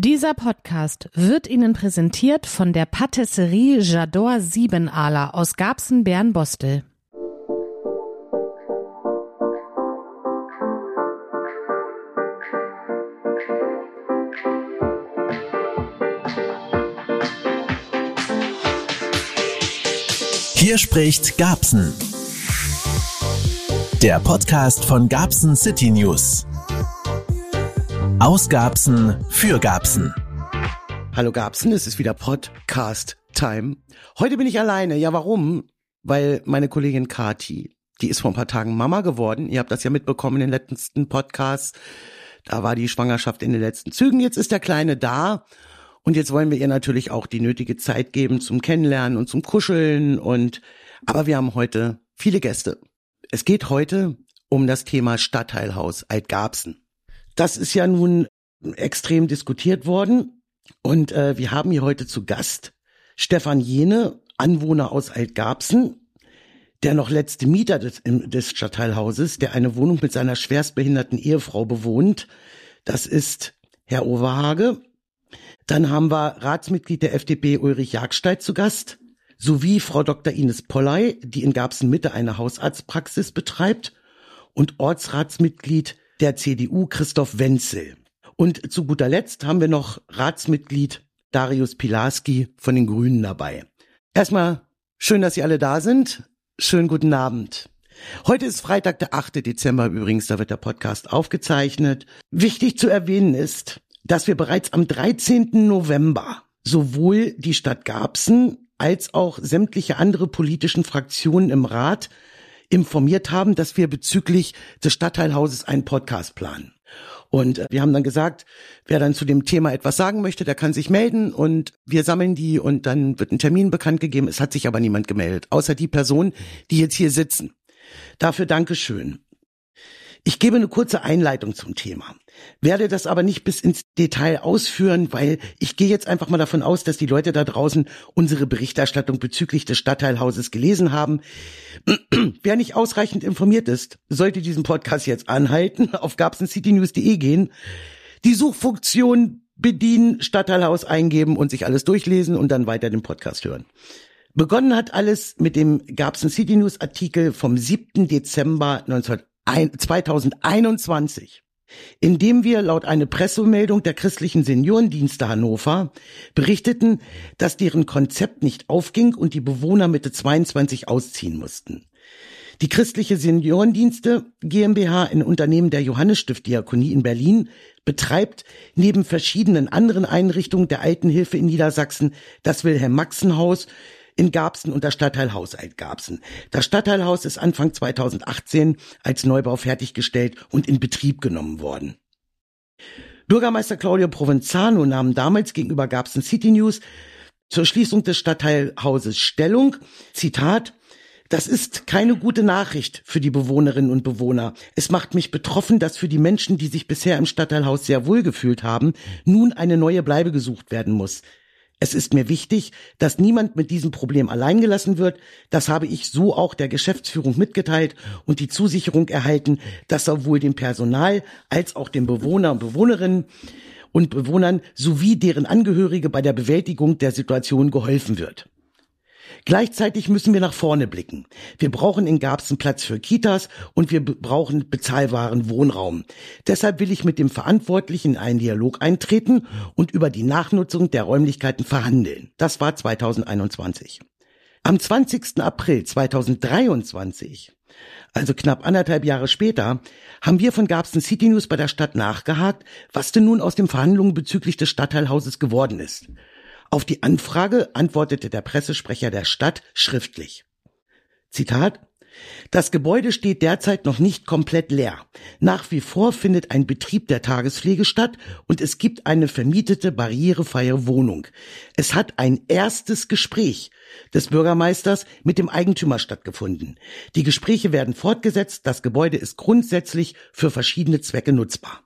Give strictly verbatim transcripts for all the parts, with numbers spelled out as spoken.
Dieser Podcast wird Ihnen präsentiert von der Patisserie J'adore Siebenaler aus Garbsen-Bernbostel. Hier spricht Garbsen. Der Podcast von Garbsen City News. Aus Garbsen für Garbsen. Hallo Garbsen, es ist wieder Podcast-Time. Heute bin ich alleine. Ja, warum? Weil meine Kollegin Kati, die ist vor ein paar Tagen Mama geworden. Ihr habt das ja mitbekommen in den letzten Podcasts. Da war die Schwangerschaft in den letzten Zügen. Jetzt ist der Kleine da. Und jetzt wollen wir ihr natürlich auch die nötige Zeit geben zum Kennenlernen und zum Kuscheln. Und aber wir haben heute viele Gäste. Es geht heute um das Thema Stadtteilhaus Alt-Garbsen. Das ist ja nun extrem diskutiert worden. Und äh, wir haben hier heute zu Gast Stefan Jene, Anwohner aus Alt-Garbsen, der noch letzte Mieter des, des Stadtteilhauses, der eine Wohnung mit seiner schwerstbehinderten Ehefrau bewohnt. Das ist Herr Overhage. Dann haben wir Ratsmitglied der F D P Ulrich Jagsteid zu Gast, sowie Frau Doktor Ines Polley, die in Garbsen-Mitte eine Hausarztpraxis betreibt, und Ortsratsmitglied der C D U Christoph Wenzel. Und zu guter Letzt haben wir noch Ratsmitglied Darius Pilarski von den Grünen dabei. Erstmal schön, dass Sie alle da sind. Schönen guten Abend. Heute ist Freitag, der achte Dezember übrigens, da wird der Podcast aufgezeichnet. Wichtig zu erwähnen ist, dass wir bereits am dreizehnten November sowohl die Stadt Garbsen als auch sämtliche andere politischen Fraktionen im Rat informiert haben, dass wir bezüglich des Stadtteilhauses einen Podcast planen. Und wir haben dann gesagt, wer dann zu dem Thema etwas sagen möchte, der kann sich melden und wir sammeln die und dann wird ein Termin bekannt gegeben. Es hat sich aber niemand gemeldet, außer die Personen, die jetzt hier sitzen. Dafür Dankeschön. Ich gebe eine kurze Einleitung zum Thema, werde das aber nicht bis ins Detail ausführen, weil ich gehe jetzt einfach mal davon aus, dass die Leute da draußen unsere Berichterstattung bezüglich des Stadtteilhauses gelesen haben. Wer nicht ausreichend informiert ist, sollte diesen Podcast jetzt anhalten, auf garbsen city news punkt de gehen, die Suchfunktion bedienen, Stadtteilhaus eingeben und sich alles durchlesen und dann weiter den Podcast hören. Begonnen hat alles mit dem Garbsen City News Artikel vom siebten Dezember zweitausendeinundzwanzig, in dem wir laut einer Pressemeldung der christlichen Seniorendienste Hannover berichteten, dass deren Konzept nicht aufging und die Bewohner Mitte zweiundzwanzig ausziehen mussten. Die christliche Seniorendienste GmbH, ein Unternehmen der Johannesstift-Diakonie in Berlin, betreibt neben verschiedenen anderen Einrichtungen der Altenhilfe in Niedersachsen das Wilhelm-Maxen-Haus in Garbsen und das Stadtteilhaus Alt-Garbsen. Das Stadtteilhaus ist Anfang zweitausendachtzehn als Neubau fertiggestellt und in Betrieb genommen worden. Bürgermeister Claudio Provenzano nahm damals gegenüber Garbsen City News zur Schließung des Stadtteilhauses Stellung. Zitat: Das ist keine gute Nachricht für die Bewohnerinnen und Bewohner. Es macht mich betroffen, dass für die Menschen, die sich bisher im Stadtteilhaus sehr wohl gefühlt haben, nun eine neue Bleibe gesucht werden muss. Es ist mir wichtig, dass niemand mit diesem Problem allein gelassen wird. Das habe ich so auch der Geschäftsführung mitgeteilt und die Zusicherung erhalten, dass sowohl dem Personal als auch den Bewohner und Bewohnerinnen und Bewohnern sowie deren Angehörige bei der Bewältigung der Situation geholfen wird. Gleichzeitig müssen wir nach vorne blicken. Wir brauchen in Garbsen Platz für Kitas und wir brauchen bezahlbaren Wohnraum. Deshalb will ich mit dem Verantwortlichen in einen Dialog eintreten und über die Nachnutzung der Räumlichkeiten verhandeln. Das war zweitausendeinundzwanzig. Am zwanzigsten April zweitausenddreiundzwanzig, also knapp anderthalb Jahre später, haben wir von Garbsen City News bei der Stadt nachgehakt, was denn nun aus den Verhandlungen bezüglich des Stadtteilhauses geworden ist. Auf die Anfrage antwortete der Pressesprecher der Stadt schriftlich. Zitat: Das Gebäude steht derzeit noch nicht komplett leer. Nach wie vor findet ein Betrieb der Tagespflege statt und es gibt eine vermietete barrierefreie Wohnung. Es hat ein erstes Gespräch des Bürgermeisters mit dem Eigentümer stattgefunden. Die Gespräche werden fortgesetzt. Das Gebäude ist grundsätzlich für verschiedene Zwecke nutzbar.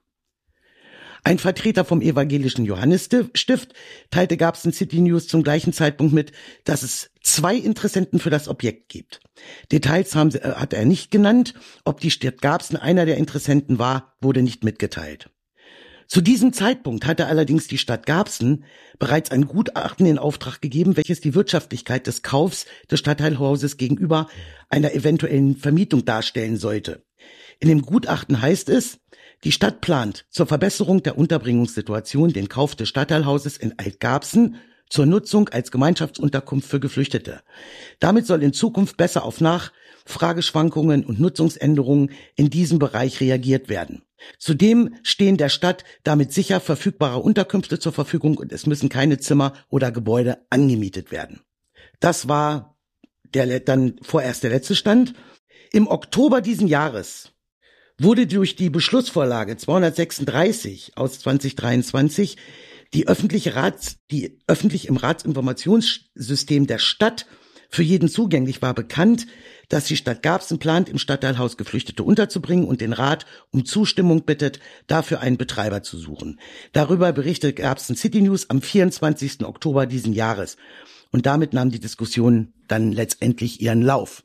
Ein Vertreter vom evangelischen Johannesstift teilte Garbsen City News zum gleichen Zeitpunkt mit, dass es zwei Interessenten für das Objekt gibt. Details haben, äh, hat er nicht genannt. Ob die Stadt Garbsen einer der Interessenten war, wurde nicht mitgeteilt. Zu diesem Zeitpunkt hatte allerdings die Stadt Garbsen bereits ein Gutachten in Auftrag gegeben, welches die Wirtschaftlichkeit des Kaufs des Stadtteilhauses gegenüber einer eventuellen Vermietung darstellen sollte. In dem Gutachten heißt es, die Stadt plant zur Verbesserung der Unterbringungssituation den Kauf des Stadtteilhauses in Alt-Garbsen zur Nutzung als Gemeinschaftsunterkunft für Geflüchtete. Damit soll in Zukunft besser auf Nachfrageschwankungen und Nutzungsänderungen in diesem Bereich reagiert werden. Zudem stehen der Stadt damit sicher verfügbare Unterkünfte zur Verfügung und es müssen keine Zimmer oder Gebäude angemietet werden. Das war der dann vorerst der letzte Stand. Im Oktober diesen Jahres wurde durch die Beschlussvorlage zweihundertsechsunddreißig aus zweitausenddreiundzwanzig die öffentliche Rats, die öffentlich im Ratsinformationssystem der Stadt für jeden zugänglich war, bekannt, dass die Stadt Garbsen plant, im Stadtteilhaus Geflüchtete unterzubringen und den Rat um Zustimmung bittet, dafür einen Betreiber zu suchen. Darüber berichtet Garbsen City News am vierundzwanzigsten Oktober diesen Jahres. Und damit nahm die Diskussion dann letztendlich ihren Lauf.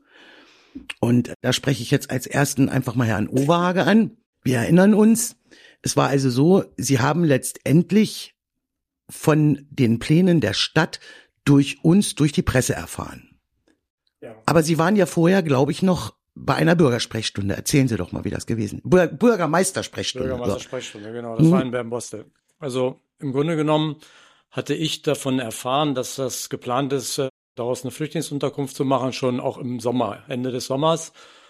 Und da spreche ich jetzt als ersten einfach mal Herrn Overhage an. Wir erinnern uns, es war also so, Sie haben letztendlich von den Plänen der Stadt durch uns, durch die Presse erfahren. Ja. Aber Sie waren ja vorher, glaube ich, noch bei einer Bürgersprechstunde. Erzählen Sie doch mal, wie das gewesen ist. Bür- Bürgermeistersprechstunde. Bürgermeistersprechstunde, genau. Das mhm. war in Bernbostel. Also im Grunde genommen hatte ich davon erfahren, dass das geplant ist, daraus eine Flüchtlingsunterkunft zu machen, schon auch im Sommer, Ende des Sommers,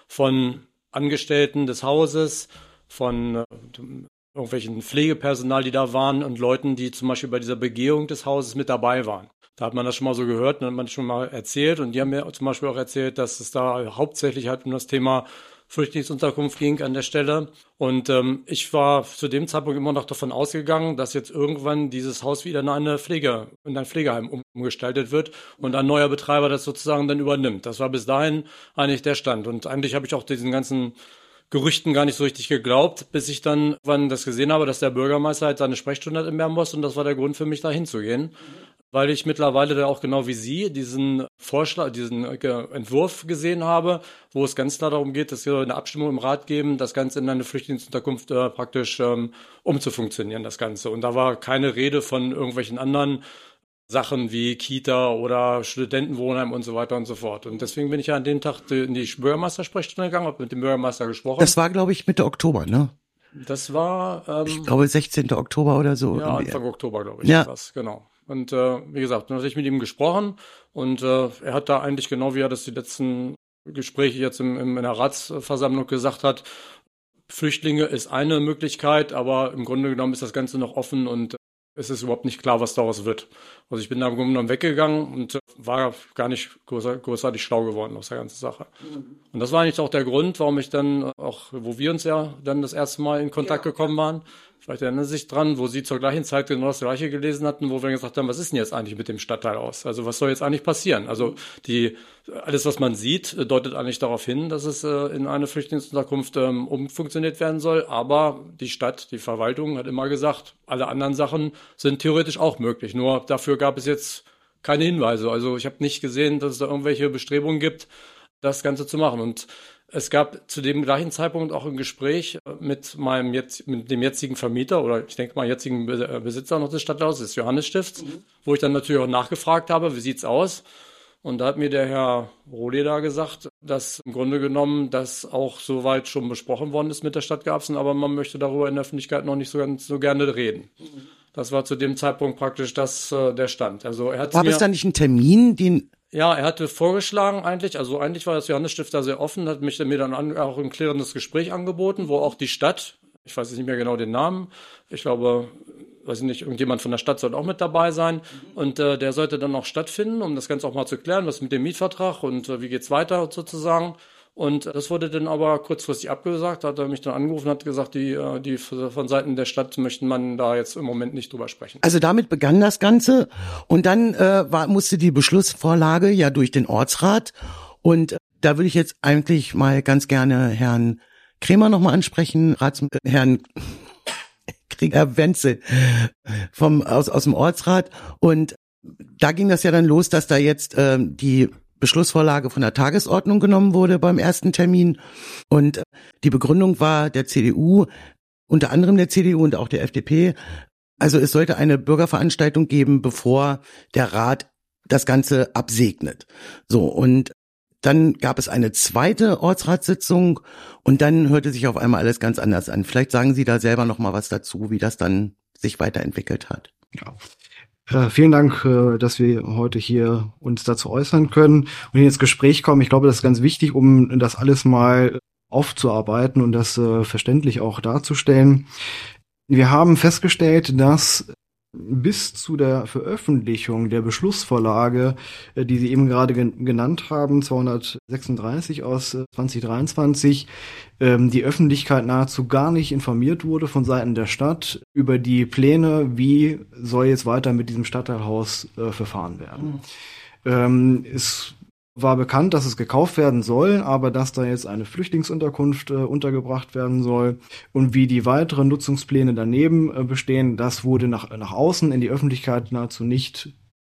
von Angestellten des Hauses, von äh, irgendwelchen Pflegepersonal, die da waren und Leuten, die zum Beispiel bei dieser Begehung des Hauses mit dabei waren. Da hat man das schon mal so gehört und hat man schon mal erzählt und die haben mir zum Beispiel auch erzählt, dass es da hauptsächlich halt um das Thema Flüchtlingsunterkunft ging an der Stelle. Und ähm, ich war zu dem Zeitpunkt immer noch davon ausgegangen, dass jetzt irgendwann dieses Haus wieder in eine Pflege, in ein Pflegeheim um, umgestaltet wird und ein neuer Betreiber das sozusagen dann übernimmt. Das war bis dahin eigentlich der Stand. Und eigentlich habe ich auch diesen ganzen Gerüchten gar nicht so richtig geglaubt, bis ich dann wann das gesehen habe, dass der Bürgermeister halt seine Sprechstunde hat in Bernbost und das war der Grund für mich, da hinzugehen. Mhm. Weil ich mittlerweile da auch genau wie Sie diesen Vorschlag, diesen Entwurf gesehen habe, wo es ganz klar darum geht, dass wir eine Abstimmung im Rat geben, das Ganze in eine Flüchtlingsunterkunft äh, praktisch ähm, umzufunktionieren, das Ganze. Und da war keine Rede von irgendwelchen anderen Sachen wie Kita oder Studentenwohnheim und so weiter und so fort. Und deswegen bin ich ja an dem Tag in die Bürgermeistersprechstunde gegangen, habe mit dem Bürgermeister gesprochen. Das war, glaube ich, Mitte Oktober, ne? Das war... Ähm, ich glaube, sechzehnten Oktober oder so. Ja, Anfang Oktober, glaube ich. Ja. Das, genau. Und äh, wie gesagt, dann habe ich mit ihm gesprochen und äh, er hat da eigentlich genau wie er das die letzten Gespräche jetzt im, im, in der Ratsversammlung gesagt hat, Flüchtlinge ist eine Möglichkeit, aber im Grunde genommen ist das Ganze noch offen und es ist überhaupt nicht klar, was daraus wird. Also ich bin da im Grunde genommen weggegangen und war gar nicht großartig schlau geworden aus der ganzen Sache. Mhm. Und das war eigentlich auch der Grund, warum ich dann auch, wo wir uns ja dann das erste Mal in Kontakt ja. gekommen waren, vielleicht erinnern Sie sich dran, wo Sie zur gleichen Zeit genau das Gleiche gelesen hatten, wo wir gesagt haben, was ist denn jetzt eigentlich mit dem Stadtteil aus? Also was soll jetzt eigentlich passieren? Also die alles, was man sieht, deutet eigentlich darauf hin, dass es äh, in eine Flüchtlingsunterkunft ähm, umfunktioniert werden soll. Aber die Stadt, die Verwaltung hat immer gesagt, alle anderen Sachen sind theoretisch auch möglich. Nur dafür gab es jetzt keine Hinweise. Also ich habe nicht gesehen, dass es da irgendwelche Bestrebungen gibt, das Ganze zu machen. Und es gab zu dem gleichen Zeitpunkt auch ein Gespräch mit meinem jetzt, mit dem jetzigen Vermieter oder ich denke mal jetzigen Besitzer noch des Stadthauses, des Johannesstifts, mhm. wo ich dann natürlich auch nachgefragt habe, wie sieht's aus? Und da hat mir der Herr Rohle da gesagt, dass im Grunde genommen das auch soweit schon besprochen worden ist mit der Stadt Garbsen, aber man möchte darüber in der Öffentlichkeit noch nicht so ganz so gerne reden. Mhm. Das war zu dem Zeitpunkt praktisch das äh, der Stand. Also er hat Gab es da nicht einen Termin, den Ja, er hatte vorgeschlagen eigentlich, also eigentlich war das Johannesstift da sehr offen, hat mich mir dann an, auch ein klärendes Gespräch angeboten, wo auch die Stadt, ich weiß jetzt nicht mehr genau den Namen, ich glaube, weiß ich nicht, irgendjemand von der Stadt soll auch mit dabei sein. Mhm. Und äh, der sollte dann auch stattfinden, um das Ganze auch mal zu klären, was mit dem Mietvertrag und äh, wie geht's weiter sozusagen. Und das wurde dann aber kurzfristig abgesagt, hat er mich dann angerufen und hat gesagt, die, die von Seiten der Stadt möchten man da jetzt im Moment nicht drüber sprechen. Also damit begann das Ganze und dann äh, war, musste die Beschlussvorlage ja durch den Ortsrat und da würde ich jetzt eigentlich mal ganz gerne Herrn Krämer nochmal ansprechen, Rats, äh, Herrn Herr Wenzel vom, aus, aus dem Ortsrat und da ging das ja dann los, dass da jetzt äh, die Beschlussvorlage von der Tagesordnung genommen wurde beim ersten Termin und die Begründung war der C D U, unter anderem der C D U und auch der F D P. Also es sollte eine Bürgerveranstaltung geben, bevor der Rat das Ganze absegnet. So, und dann gab es eine zweite Ortsratssitzung und dann hörte sich auf einmal alles ganz anders an. Vielleicht sagen Sie da selber noch mal was dazu, wie das dann sich weiterentwickelt hat. Ja. Äh, vielen Dank, äh, dass wir heute hier uns dazu äußern können und ins Gespräch kommen. Ich glaube, das ist ganz wichtig, um das alles mal aufzuarbeiten und das äh, verständlich auch darzustellen. Wir haben festgestellt, dass bis zu der Veröffentlichung der Beschlussvorlage, die Sie eben gerade gen- genannt haben, zweihundertsechsunddreißig aus zwanzig dreiundzwanzig, ähm, die Öffentlichkeit nahezu gar nicht informiert wurde von Seiten der Stadt über die Pläne, wie soll jetzt weiter mit diesem Stadtteilhaus äh, verfahren werden. Mhm. Ähm, es war bekannt, dass es gekauft werden soll, aber dass da jetzt eine Flüchtlingsunterkunft äh, untergebracht werden soll und wie die weiteren Nutzungspläne daneben äh, bestehen, das wurde nach, nach außen in die Öffentlichkeit nahezu nicht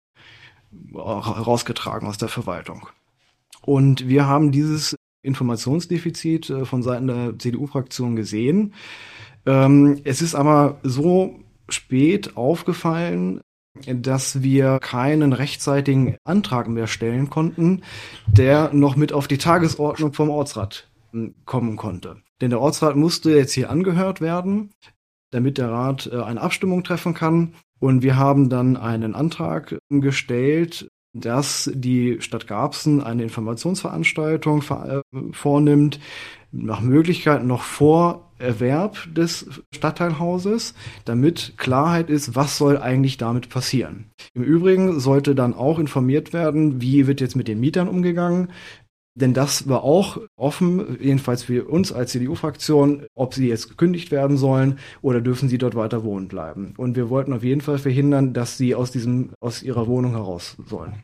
herausgetragen aus der Verwaltung. Und wir haben dieses Informationsdefizit äh, von Seiten der C D U-Fraktion gesehen. Ähm, es ist aber so spät aufgefallen, dass wir keinen rechtzeitigen Antrag mehr stellen konnten, der noch mit auf die Tagesordnung vom Ortsrat kommen konnte. Denn der Ortsrat musste jetzt hier angehört werden, damit der Rat äh, eine Abstimmung treffen kann. Und wir haben dann einen Antrag gestellt, dass die Stadt Garbsen eine Informationsveranstaltung ver- äh, vornimmt, nach Möglichkeit noch vor Erwerb des Stadtteilhauses, damit Klarheit ist, was soll eigentlich damit passieren. Im Übrigen sollte dann auch informiert werden, wie wird jetzt mit den Mietern umgegangen, denn das war auch offen, jedenfalls für uns als C D U-Fraktion, ob sie jetzt gekündigt werden sollen oder dürfen sie dort weiter wohnen bleiben. Und wir wollten auf jeden Fall verhindern, dass sie aus diesem, aus ihrer Wohnung heraus sollen.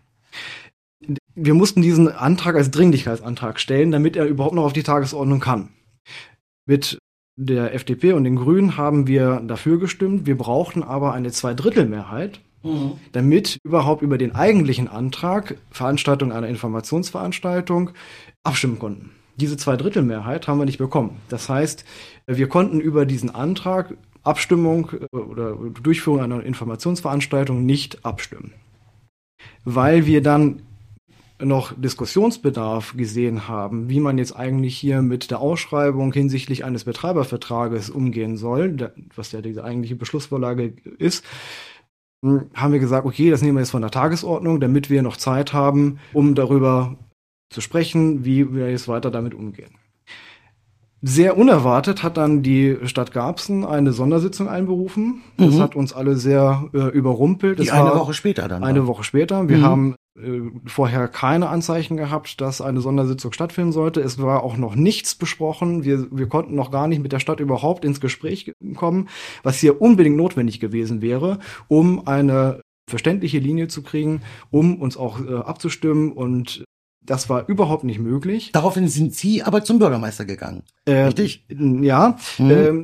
Wir mussten diesen Antrag als Dringlichkeitsantrag stellen, damit er überhaupt noch auf die Tagesordnung kann. Mit der F D P und den Grünen haben wir dafür gestimmt. Wir brauchten aber eine Zweidrittelmehrheit, mhm. damit überhaupt über den eigentlichen Antrag, Veranstaltung einer Informationsveranstaltung, abstimmen konnten. Diese Zweidrittelmehrheit haben wir nicht bekommen. Das heißt, wir konnten über diesen Antrag, Abstimmung oder Durchführung einer Informationsveranstaltung nicht abstimmen. Weil wir dann noch Diskussionsbedarf gesehen haben, wie man jetzt eigentlich hier mit der Ausschreibung hinsichtlich eines Betreibervertrages umgehen soll, was ja diese eigentliche Beschlussvorlage ist, haben wir gesagt, okay, das nehmen wir jetzt von der Tagesordnung, damit wir noch Zeit haben, um darüber zu sprechen, wie wir jetzt weiter damit umgehen. Sehr unerwartet hat dann die Stadt Garbsen eine Sondersitzung einberufen. Das mhm. hat uns alle sehr äh, überrumpelt. Die das eine war Woche später dann. Eine war. Woche später. Wir mhm. haben äh, vorher keine Anzeichen gehabt, dass eine Sondersitzung stattfinden sollte. Es war auch noch nichts besprochen. Wir, wir konnten noch gar nicht mit der Stadt überhaupt ins Gespräch kommen, was hier unbedingt notwendig gewesen wäre, um eine verständliche Linie zu kriegen, um uns auch äh, abzustimmen, und das war überhaupt nicht möglich. Daraufhin sind Sie aber zum Bürgermeister gegangen, äh, richtig? Ja. Mhm. Ähm,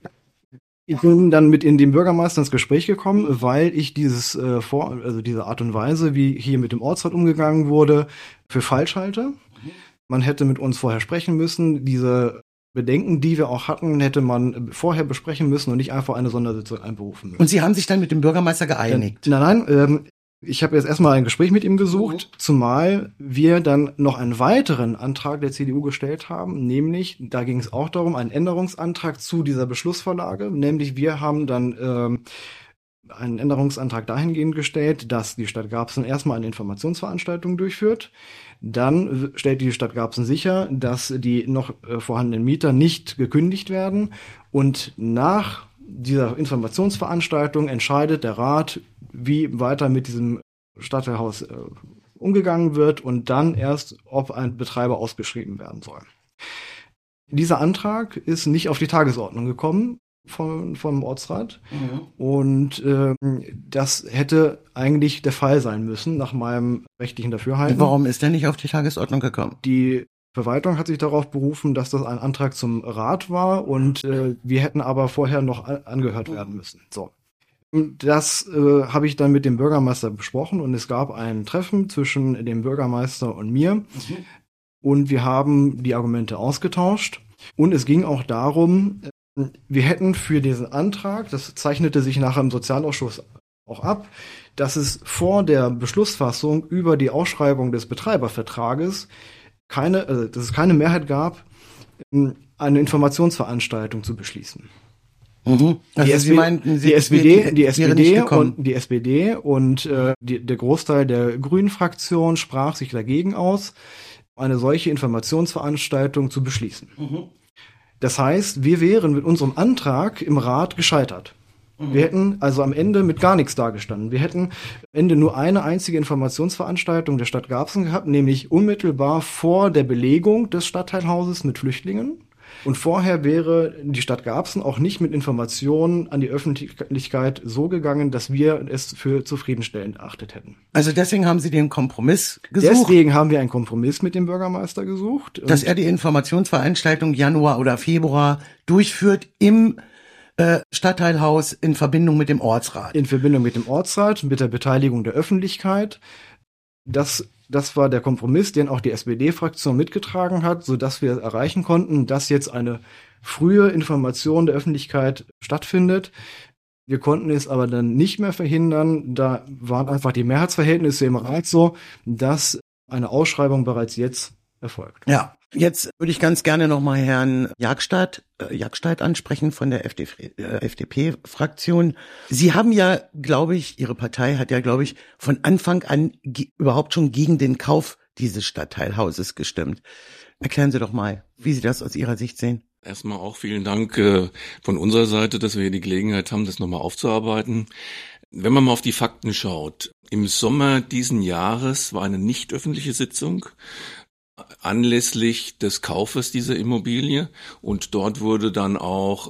ich bin dann mit in den Bürgermeister ins Gespräch gekommen, weil ich dieses äh, vor, also diese Art und Weise, wie hier mit dem Ortsrat umgegangen wurde, für falsch halte. Mhm. Man hätte mit uns vorher sprechen müssen. Diese Bedenken, die wir auch hatten, hätte man vorher besprechen müssen und nicht einfach eine Sondersitzung einberufen müssen. Und Sie haben sich dann mit dem Bürgermeister geeinigt? Äh, nein, nein. Ähm, Ich habe jetzt erstmal ein Gespräch mit ihm gesucht, mhm. zumal wir dann noch einen weiteren Antrag der C D U gestellt haben, nämlich, da ging es auch darum, einen Änderungsantrag zu dieser Beschlussvorlage, nämlich wir haben dann ähm, einen Änderungsantrag dahingehend gestellt, dass die Stadt Garbsen erstmal eine Informationsveranstaltung durchführt, dann stellt die Stadt Garbsen sicher, dass die noch äh, vorhandenen Mieter nicht gekündigt werden, und nach dieser Informationsveranstaltung entscheidet der Rat, wie weiter mit diesem Stadtteilhaus äh, umgegangen wird, und dann erst, ob ein Betreiber ausgeschrieben werden soll. Dieser Antrag ist nicht auf die Tagesordnung gekommen von, vom Ortsrat, mhm. und äh, das hätte eigentlich der Fall sein müssen, nach meinem rechtlichen Dafürhalten. Warum ist der nicht auf die Tagesordnung gekommen? Die Verwaltung hat sich darauf berufen, dass das ein Antrag zum Rat war, und äh, wir hätten aber vorher noch a- angehört werden müssen. So. Das äh, habe ich dann mit dem Bürgermeister besprochen, und es gab ein Treffen zwischen dem Bürgermeister und mir, mhm. und wir haben die Argumente ausgetauscht, und es ging auch darum, Wir hätten für diesen Antrag, das zeichnete sich nachher im Sozialausschuss auch ab, dass es vor der Beschlussfassung über die Ausschreibung des Betreibervertrages keine, also dass es keine Mehrheit gab, eine Informationsveranstaltung zu beschließen. Mhm. Also die, S P- Sie meinten, Sie die S P D, die S P D und und die S P D und äh, die, der Großteil der Grünen-Fraktion sprach sich dagegen aus, eine solche Informationsveranstaltung zu beschließen. Mhm. Das heißt, wir wären mit unserem Antrag im Rat gescheitert. Mhm. Wir hätten also am Ende mit gar nichts dagestanden. Wir hätten am Ende nur eine einzige Informationsveranstaltung der Stadt Garbsen gehabt, nämlich unmittelbar vor der Belegung des Stadtteilhauses mit Flüchtlingen. Und vorher wäre die Stadt Garbsen auch nicht mit Informationen an die Öffentlichkeit so gegangen, dass wir es für zufriedenstellend erachtet hätten. Also deswegen haben Sie den Kompromiss gesucht? Deswegen haben wir einen Kompromiss mit dem Bürgermeister gesucht. Dass er die Informationsveranstaltung Januar oder Februar durchführt im äh, Stadtteilhaus in Verbindung mit dem Ortsrat. In Verbindung mit dem Ortsrat, mit der Beteiligung der Öffentlichkeit. Das Das war der Kompromiss, den auch die S P D-Fraktion mitgetragen hat, so dass wir erreichen konnten, dass jetzt eine frühe Information der Öffentlichkeit stattfindet. Wir konnten es aber dann nicht mehr verhindern. Da waren einfach die Mehrheitsverhältnisse im Rat so, dass eine Ausschreibung bereits jetzt erfolgt. Ja, jetzt würde ich ganz gerne nochmal Herrn Jagstadt, äh, Jagstadt ansprechen von der F D P-Fraktion. Sie haben ja, glaube ich, Ihre Partei hat ja, glaube ich, von Anfang an ge- überhaupt schon gegen den Kauf dieses Stadtteilhauses gestimmt. Erklären Sie doch mal, wie Sie das aus Ihrer Sicht sehen. Erstmal auch vielen Dank äh, von unserer Seite, dass wir hier die Gelegenheit haben, das nochmal aufzuarbeiten. Wenn man mal auf die Fakten schaut, im Sommer diesen Jahres war eine nicht öffentliche Sitzung anlässlich des Kaufes dieser Immobilie und dort wurde dann auch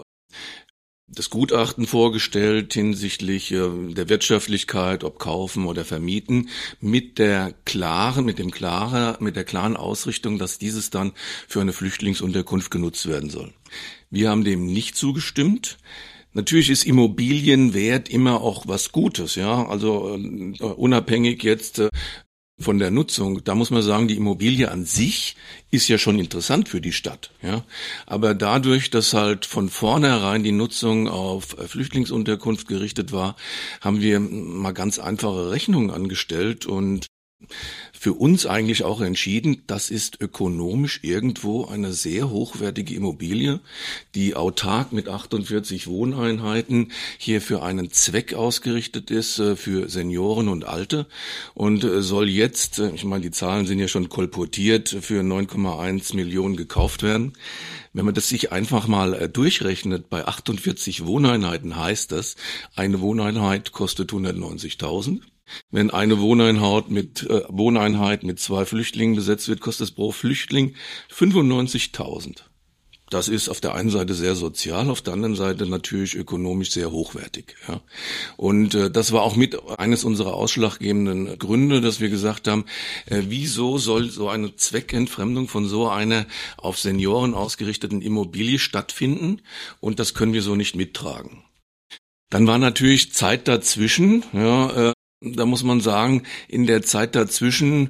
das Gutachten vorgestellt hinsichtlich äh, der Wirtschaftlichkeit, ob kaufen oder vermieten, mit der klaren, mit dem klaren, mit der klaren Ausrichtung, dass dieses dann für eine Flüchtlingsunterkunft genutzt werden soll. Wir haben dem nicht zugestimmt. Natürlich ist Immobilienwert immer auch was Gutes, ja, also äh, unabhängig jetzt äh, von der Nutzung, da muss man sagen, die Immobilie an sich ist ja schon interessant für die Stadt, ja. Aber dadurch, dass halt von vornherein die Nutzung auf Flüchtlingsunterkunft gerichtet war, haben wir mal ganz einfache Rechnungen angestellt und für uns eigentlich auch entschieden, das ist ökonomisch irgendwo eine sehr hochwertige Immobilie, die autark mit achtundvierzig Wohneinheiten hier für einen Zweck ausgerichtet ist, für Senioren und Alte und soll jetzt, ich meine, die Zahlen sind ja schon kolportiert, für neun Komma eins Millionen gekauft werden. Wenn man das sich einfach mal durchrechnet, bei achtundvierzig Wohneinheiten heißt das, eine Wohneinheit kostet hundertneunzigtausend. Wenn eine Wohneinheit mit äh, Wohneinheit mit zwei Flüchtlingen besetzt wird, kostet es pro Flüchtling fünfundneunzigtausend. Das ist auf der einen Seite sehr sozial, auf der anderen Seite natürlich ökonomisch sehr hochwertig. Ja. Und äh, das war auch mit eines unserer ausschlaggebenden Gründe, dass wir gesagt haben, äh, wieso soll so eine Zweckentfremdung von so einer auf Senioren ausgerichteten Immobilie stattfinden? Und das können wir so nicht mittragen. Dann war natürlich Zeit dazwischen, ja, äh, da muss man sagen, in der Zeit dazwischen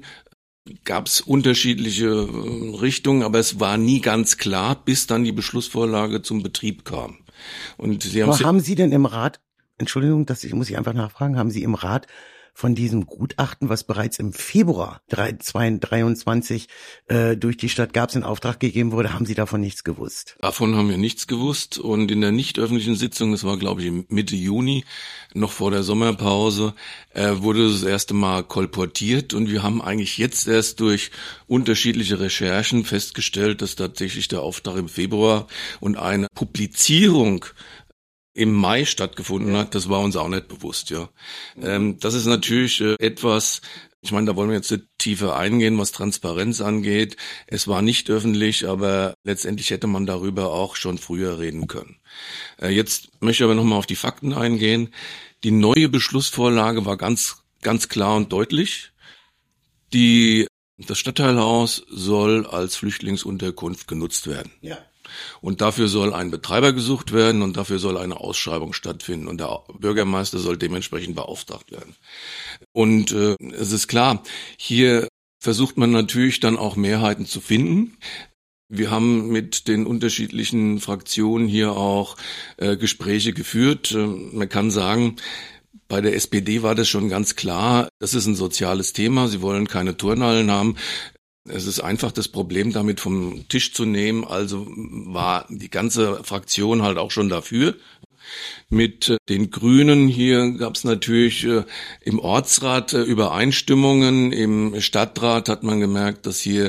gab es unterschiedliche Richtungen, aber es war nie ganz klar, bis dann die Beschlussvorlage zum Betrieb kam. Und Sie haben, aber haben Sie denn im Rat, Entschuldigung, das ich muss ich einfach nachfragen, haben Sie im Rat von diesem Gutachten, was bereits im Februar zweitausenddreiundzwanzig äh, durch die Stadt Garbsen in Auftrag gegeben wurde, haben Sie davon nichts gewusst? Davon haben wir nichts gewusst und in der nicht öffentlichen Sitzung, das war glaube ich Mitte Juni, noch vor der Sommerpause, äh, wurde das erste Mal kolportiert und wir haben eigentlich jetzt erst durch unterschiedliche Recherchen festgestellt, dass tatsächlich der Auftrag im Februar und eine Publizierung im Mai stattgefunden hat, das war uns auch nicht bewusst, ja. Ähm, das ist natürlich äh, etwas, ich meine, da wollen wir jetzt nicht tiefer eingehen, was Transparenz angeht. Es war nicht öffentlich, aber letztendlich hätte man darüber auch schon früher reden können. Äh, jetzt möchte ich aber nochmal auf die Fakten eingehen. Die neue Beschlussvorlage war ganz, ganz klar und deutlich. Die, das Stadtteilhaus soll als Flüchtlingsunterkunft genutzt werden. Ja. Und dafür soll ein Betreiber gesucht werden und dafür soll eine Ausschreibung stattfinden und der Bürgermeister soll dementsprechend beauftragt werden. Und äh, es ist klar, hier versucht man natürlich dann auch Mehrheiten zu finden. Wir haben mit den unterschiedlichen Fraktionen hier auch äh, Gespräche geführt. Äh, man kann sagen, bei der S P D war das schon ganz klar, das ist ein soziales Thema. Sie wollen keine Turnhallen haben. Es ist einfach das Problem, damit vom Tisch zu nehmen. Also war die ganze Fraktion halt auch schon dafür. Mit den Grünen hier gab es natürlich äh, im Ortsrat äh, Übereinstimmungen. Im Stadtrat hat man gemerkt, dass hier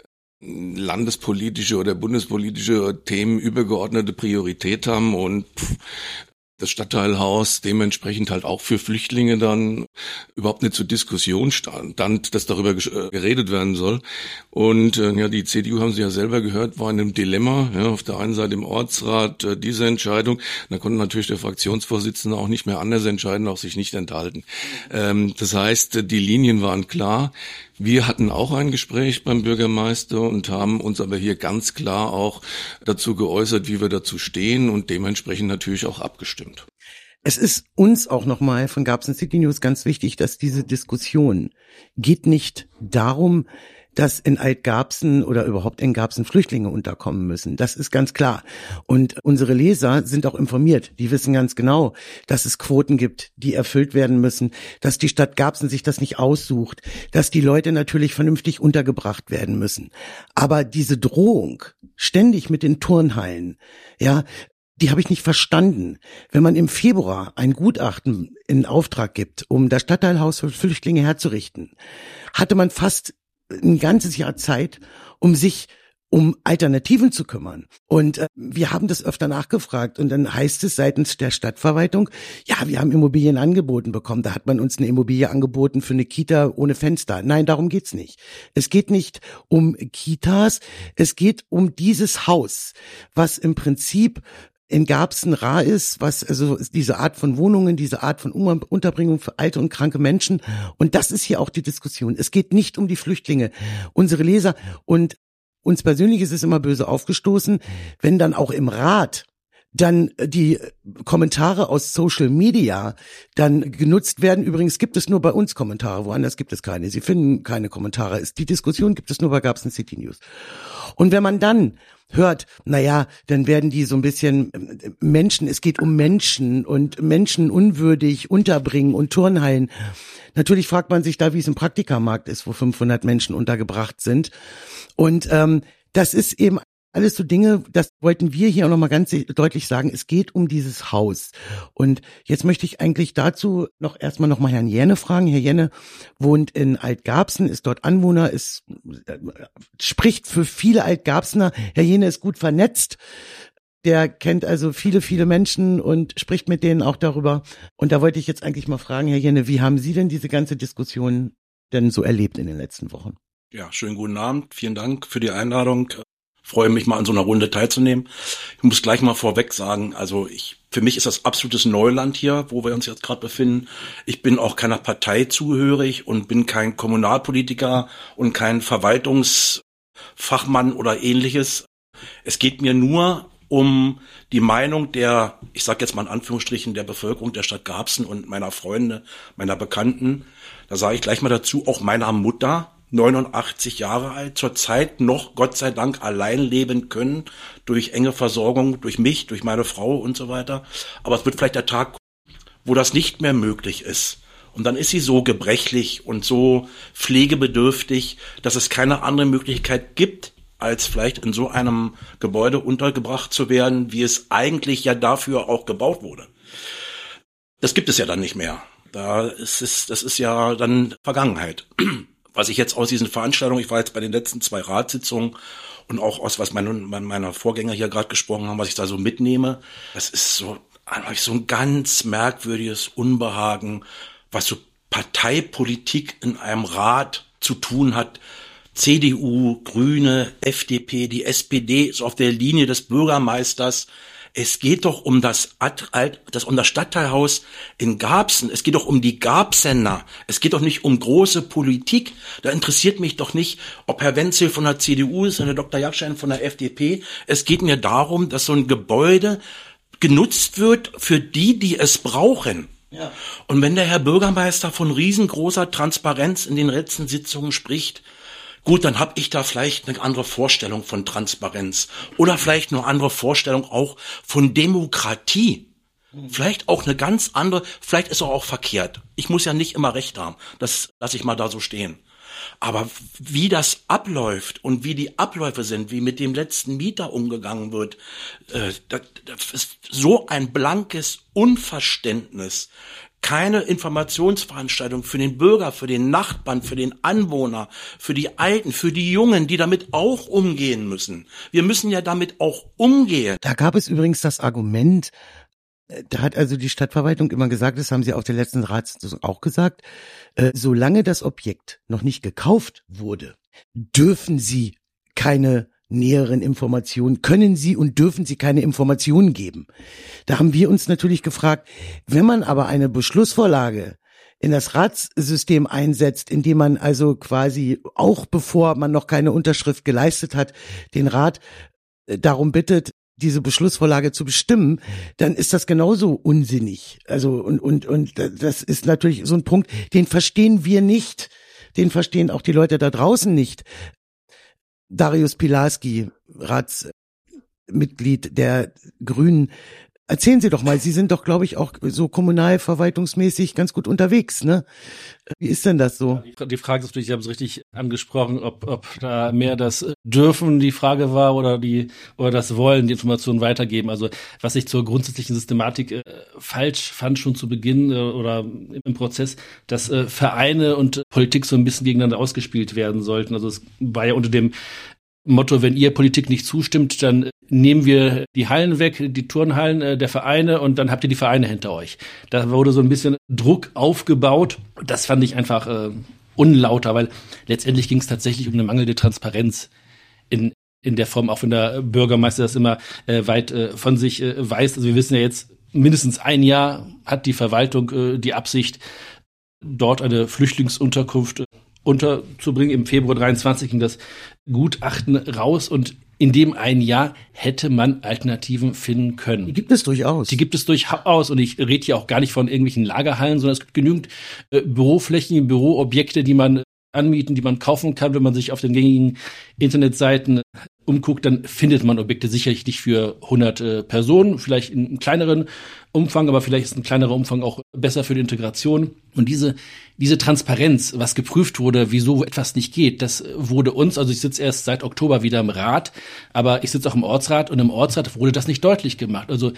landespolitische oder bundespolitische Themen übergeordnete Priorität haben und pff, das Stadtteilhaus dementsprechend halt auch für Flüchtlinge dann überhaupt nicht zur Diskussion stand, dass darüber geredet werden soll. Und äh, ja, die C D U, haben Sie ja selber gehört, war in einem Dilemma. Ja, auf der einen Seite im Ortsrat äh, diese Entscheidung, da konnte natürlich der Fraktionsvorsitzende auch nicht mehr anders entscheiden, auch sich nicht enthalten. Ähm, das heißt, die Linien waren klar. Wir hatten auch ein Gespräch beim Bürgermeister und haben uns aber hier ganz klar auch dazu geäußert, wie wir dazu stehen und dementsprechend natürlich auch abgestimmt. Es ist uns auch nochmal von Garbsen City News ganz wichtig, dass diese Diskussion geht nicht darum, dass in Altgarbsen oder überhaupt in Garbsen Flüchtlinge unterkommen müssen. Das ist ganz klar. Und unsere Leser sind auch informiert. Die wissen ganz genau, dass es Quoten gibt, die erfüllt werden müssen, dass die Stadt Garbsen sich das nicht aussucht, dass die Leute natürlich vernünftig untergebracht werden müssen. Aber diese Drohung, ständig mit den Turnhallen, ja, die habe ich nicht verstanden. Wenn man im Februar ein Gutachten in Auftrag gibt, um das Stadtteilhaus für Flüchtlinge herzurichten, hatte man fast ein ganzes Jahr Zeit, um sich um Alternativen zu kümmern. Und äh, wir haben das öfter nachgefragt und dann heißt es seitens der Stadtverwaltung, ja, wir haben Immobilien angeboten bekommen. Da hat man uns eine Immobilie angeboten für eine Kita ohne Fenster. Nein, darum geht's nicht. Es geht nicht um Kitas, es geht um dieses Haus, was im Prinzip in Garbsen rar ist, was also diese Art von Wohnungen, diese Art von Unterbringung für alte und kranke Menschen. Und das ist hier auch die Diskussion. Es geht nicht um die Flüchtlinge. Unsere Leser und uns persönlich ist es immer böse aufgestoßen, wenn dann auch im Rat dann die Kommentare aus Social Media dann genutzt werden. Übrigens gibt es nur bei uns Kommentare, woanders gibt es keine. Sie finden keine Kommentare. Die Diskussion gibt es nur bei Garbsen City News. Und wenn man dann hört, naja, dann werden die so ein bisschen Menschen, es geht um Menschen und Menschen unwürdig unterbringen und Turnhallen. Natürlich fragt man sich da, wie es im Praktikamarkt ist, wo fünfhundert Menschen untergebracht sind. Und ähm, das ist eben alles so Dinge, das wollten wir hier auch nochmal ganz deutlich sagen, es geht um dieses Haus. Und jetzt möchte ich eigentlich dazu noch erstmal nochmal Herrn Jenne fragen. Herr Jenne wohnt in Altgarbsen, ist dort Anwohner, ist, äh, spricht für viele Altgarbsener. Herr Jenne ist gut vernetzt. Der kennt also viele, viele Menschen und spricht mit denen auch darüber. Und da wollte ich jetzt eigentlich mal fragen, Herr Jenne, wie haben Sie denn diese ganze Diskussion denn so erlebt in den letzten Wochen? Ja, schönen guten Abend. Vielen Dank für die Einladung. Freue mich mal an so einer Runde teilzunehmen. Ich muss gleich mal vorweg sagen, also ich, für mich ist das absolutes Neuland hier, wo wir uns jetzt gerade befinden. Ich bin auch keiner Partei zugehörig und bin kein Kommunalpolitiker und kein Verwaltungsfachmann oder ähnliches. Es geht mir nur um die Meinung der, ich sage jetzt mal in Anführungsstrichen, der Bevölkerung der Stadt Garbsen und meiner Freunde, meiner Bekannten. Da sage ich gleich mal dazu, auch meiner Mutter, neunundachtzig Jahre alt, zurzeit noch Gott sei Dank allein leben können, durch enge Versorgung, durch mich, durch meine Frau und so weiter. Aber es wird vielleicht der Tag, wo das nicht mehr möglich ist. Und dann ist sie so gebrechlich und so pflegebedürftig, dass es keine andere Möglichkeit gibt, als vielleicht in so einem Gebäude untergebracht zu werden, wie es eigentlich ja dafür auch gebaut wurde. Das gibt es ja dann nicht mehr. Da ist es, das ist ja dann Vergangenheit. Was ich jetzt aus diesen Veranstaltungen, ich war jetzt bei den letzten zwei Ratssitzungen und auch aus, was meine, meine Vorgänger hier gerade gesprochen haben, was ich da so mitnehme, das ist so, so ein ganz merkwürdiges Unbehagen, was so Parteipolitik in einem Rat zu tun hat. C D U, Grüne, F D P, die S P D ist auf der Linie des Bürgermeisters. Es geht doch um das, das, um das Stadtteilhaus in Garbsen. Es geht doch um die Garbsener. Es geht doch nicht um große Politik. Da interessiert mich doch nicht, ob Herr Wenzel von der C D U ist oder Doktor Jackstein von der F D P. Es geht mir darum, dass so ein Gebäude genutzt wird für die, die es brauchen. Ja. Und wenn der Herr Bürgermeister von riesengroßer Transparenz in den letzten Sitzungen spricht, Gut, dann habe ich da vielleicht eine andere Vorstellung von Transparenz oder vielleicht eine andere Vorstellung auch von Demokratie. Vielleicht auch eine ganz andere, vielleicht ist er auch verkehrt. Ich muss ja nicht immer recht haben. Das lasse ich mal da so stehen. Aber wie das abläuft und wie die Abläufe sind, wie mit dem letzten Mieter umgegangen wird, äh, das, das ist so ein blankes Unverständnis. Keine Informationsveranstaltung für den Bürger, für den Nachbarn, für den Anwohner, für die Alten, für die Jungen, die damit auch umgehen müssen. Wir müssen ja damit auch umgehen. Da gab es übrigens das Argument, da hat also die Stadtverwaltung immer gesagt, das haben sie auf der letzten Ratssitzung auch gesagt, äh, solange das Objekt noch nicht gekauft wurde, dürfen sie keine näheren Informationen, können sie und dürfen sie keine Informationen geben. Da haben wir uns natürlich gefragt, wenn man aber eine Beschlussvorlage in das Ratssystem einsetzt, indem man also quasi auch bevor man noch keine Unterschrift geleistet hat, den Rat äh, darum bittet, diese Beschlussvorlage zu bestimmen, dann ist das genauso unsinnig. Also und und und das ist natürlich so ein Punkt, den verstehen wir nicht, den verstehen auch die Leute da draußen nicht. Darius Pilarski, Ratsmitglied der Grünen, erzählen Sie doch mal, Sie sind doch, glaube ich, auch so kommunalverwaltungsmäßig ganz gut unterwegs, ne? Wie ist denn das so? Die Frage ist natürlich, Sie haben es richtig angesprochen, ob, ob da mehr das Dürfen die Frage war oder die oder das Wollen, die Informationen weitergeben. Also was ich zur grundsätzlichen Systematik äh, falsch fand schon zu Beginn äh, oder im Prozess, dass äh, Vereine und Politik so ein bisschen gegeneinander ausgespielt werden sollten. Also es war ja unter dem Motto, wenn ihr Politik nicht zustimmt, dann nehmen wir die Hallen weg, die Turnhallen äh, der Vereine und dann habt ihr die Vereine hinter euch. Da wurde so ein bisschen Druck aufgebaut. Das fand ich einfach äh, unlauter, weil letztendlich ging es tatsächlich um eine mangelnde Transparenz in in der Form, auch wenn der Bürgermeister das immer äh, weit äh, von sich äh, weiß. Also wir wissen ja jetzt, mindestens ein Jahr hat die Verwaltung äh, die Absicht, dort eine Flüchtlingsunterkunft äh, unterzubringen. Im Februar dreiundzwanzig ging das Gutachten raus und in dem einen Jahr hätte man Alternativen finden können. Die gibt es durchaus. Die gibt es durchaus und ich rede hier auch gar nicht von irgendwelchen Lagerhallen, sondern es gibt genügend äh, Büroflächen, Büroobjekte, die man anmieten, die man kaufen kann. Wenn man sich auf den gängigen Internetseiten umguckt, dann findet man Objekte sicherlich nicht für hundert äh, Personen, vielleicht in einem kleineren Umfang, aber vielleicht ist ein kleinerer Umfang auch besser für die Integration. Und diese diese Transparenz, was geprüft wurde, wieso etwas nicht geht, das wurde uns, also ich sitze erst seit Oktober wieder im Rat, aber ich sitze auch im Ortsrat und im Ortsrat wurde das nicht deutlich gemacht. Also